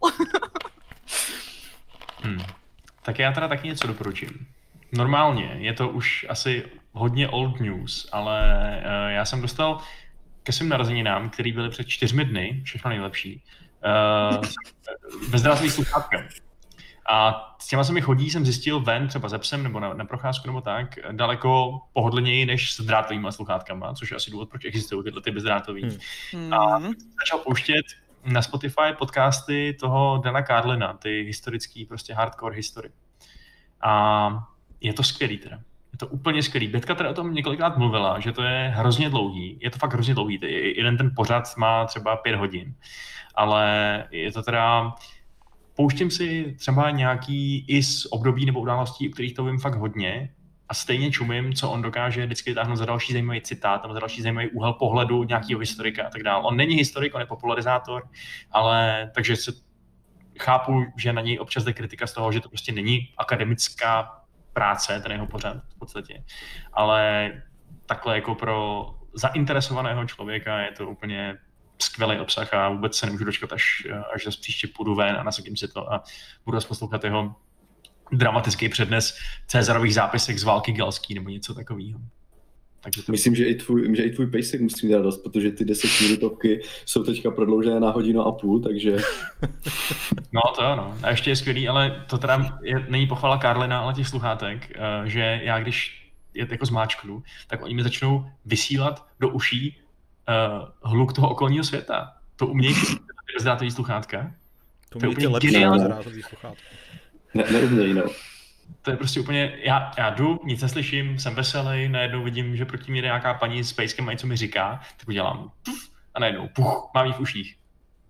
Tak já teda taky něco doporučím. Normálně je to už asi hodně old news, ale já jsem dostal ke svým narozeninám, který byly před 4 dny, všechno nejlepší, bezdrátový sluchátka. A s těma se mi chodí, jsem zjistil ven, třeba ze psem nebo na procházku nebo tak, daleko pohodlněji než s drátovými sluchátkama, což je asi důvod, proč existují tyhle ty bezdrátový. A začal pouštět na Spotify podcasty toho Dana Carlina, ty historický, prostě hardcore history. A je to skvělý teda. Je to úplně skvělý. Betka teda o tom několikrát mluvila, že to je hrozně dlouhý. Je to fakt hrozně dlouhý. Jeden ten pořad má třeba 5 hodin. Ale je to teda... Pouštím si třeba nějaký i z období nebo událostí, u kterých to vím fakt hodně. A stejně čumím, co on dokáže vždycky vytáhnout za další zajímavý citát, za další zajímavý úhel pohledu nějakého historika a tak dále. On není historik, on je popularizátor, ale takže se chápu, že na něj občas jde kritika z toho, že to prostě není akademická práce, ten jeho pořad v podstatě. Ale takhle jako pro zainteresovaného člověka je to úplně skvělý obsah a vůbec se nemůžu dočkat, až zase příště půjdu ven a nasadím si to a budu poslouchat jeho dramatický přednes Cezarových zápisek z války galský nebo něco takového. Myslím, že i tvůj pejsek musí mít radost, protože ty 10minutovky jsou teďka prodloužené na 1,5 hodiny, takže... No to ano. A ještě je skvělý, ale to teda není pochvala Carlina, ale těch sluchátek, že já když je jako zmáčknu, tak oni mi začnou vysílat do uší hluk toho okolního světa. To umějí bezdrátový sluchátka. To je úplně lepší bezdrátový sluchátka. Neumějí, no. To je prostě úplně, já jdu, nic neslyším, jsem veselý, najednou vidím, že proti mě jde nějaká paní s pejskem a něco mi říká, tak udělám puf, a najednou puch, mám jí v uších.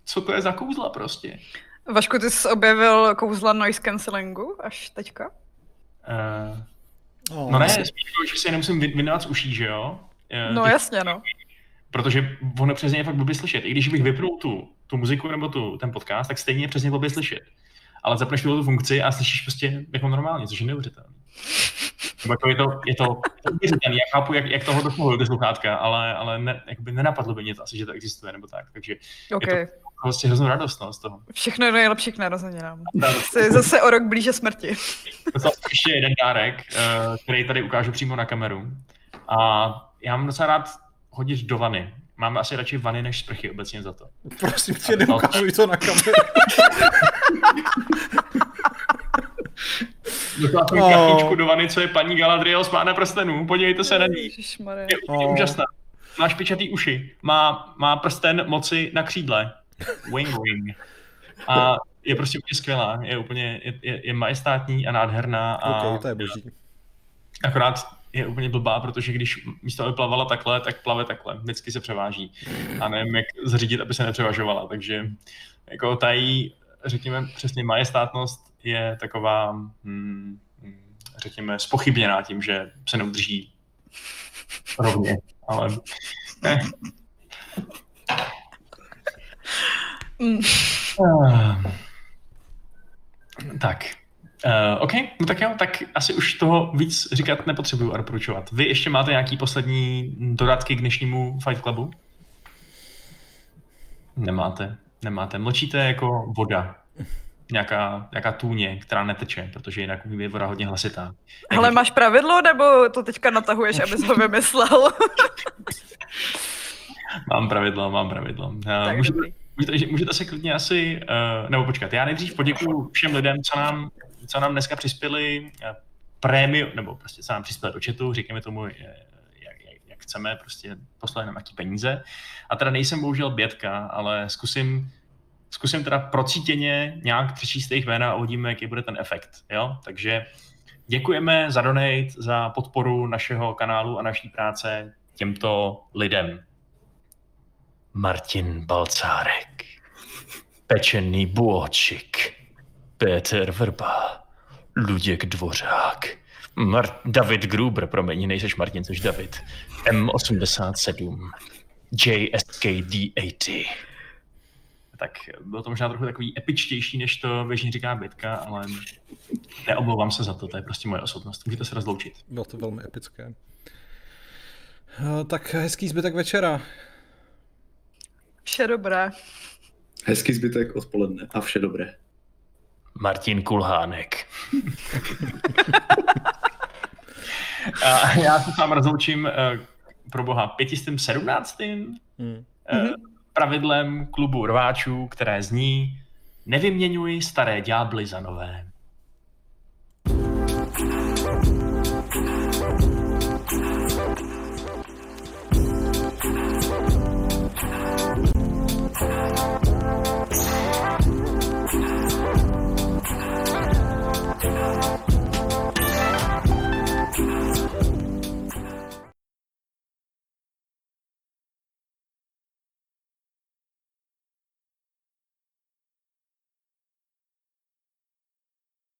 co to je za kouzla prostě. Vašku, ty jsi objevil kouzla noise cancellingu až teďka? No ne, spíš to, že si nemusím vyndát z uší, že jo? No jasně, no. Protože ono přesně je fakt blbě slyšet. I když bych vypnul tu muziku nebo ten podcast, tak stejně je přesně blbě slyšet. Ale zapneš tu funkci a slyšíš prostě jako normálně, což je neuvěřitelné. Je to uvěřitelné. Já chápu, jak toho dosahují ty sluchátka, ale nenapadlo by mě to asi, že to existuje nebo tak. Takže okay. Je to vlastně hroznou radost z toho. Všechno je nejlepší k narozeninám. Jsi zase o rok blíže smrti. To je ještě jeden dárek, který tady ukážu přímo na kameru. A já mám docela rád hodit do vany. Máme asi radši vany než sprchy obecně za to. Prosím tě, neukážuj to na kameru. Dostala jsem kachičku do vany, co je paní Galadriel z Pána prstenů. Podívejte se na ní. Je úplně úžasná. Má špičatý uši. Má prsten moci na křídle. Wing wing. A je prostě úplně skvělá. Je úplně je majestátní a nádherná. Ok, to je boží. Akorát je úplně blbá, protože když místo aby plavala takhle, tak plave takhle. Vždycky se převáží. A nevím, jak zařídit, aby se nepřevažovala. Takže jako ta její, řekněme, přesně majestátnost je taková, řekněme, zpochybněná tím, že se neudrží rovně. Ale ne. Tak. OK, no tak jo, tak asi už toho víc říkat nepotřebuju a doporučovat. Vy ještě máte nějaký poslední dodatky k dnešnímu Fight Clubu? Nemáte. Mlčíte jako voda. Nějaká tůně, která neteče, protože jinak je voda hodně hlasitá. Ale máš pravidlo, nebo to teďka natahuješ, abys ho vymyslel? Mám pravidlo. Můžete se klidně asi, nebo počkat, já nejdřív poděkuju všem lidem, co nám dneska přispěli prémium, nebo prostě co nám přispěli do chatu, říkáme tomu, jak chceme, prostě poslali nám nějaký peníze. A teda nejsem bohužel Bětka, ale zkusím teda procítěně nějak přečíst jejich jména a uvidíme, jaký bude ten efekt. Jo? Takže děkujeme za donate, za podporu našeho kanálu a naší práce těmto lidem. Martin Balcárek, Pečený Bůčik, Petr Vrba, Luděk Dvořák, David Gruber, promiň, nejseš Martin, což David, M87, JSKD80. Tak bylo to možná trochu takový epičtější, než to běžně říká Bětka, ale neomlouvám se za to je prostě moje osobnost. Můžete se rozloučit. Bylo to velmi epické. Tak hezký zbytek večera. Vše dobré. Hezký zbytek odpoledne a vše dobré. Martin Kulhánek. A já se sám rozloučím pro boha 517. Pravidlem klubu rváčů, které zní: nevyměňuj staré ďábly za nové.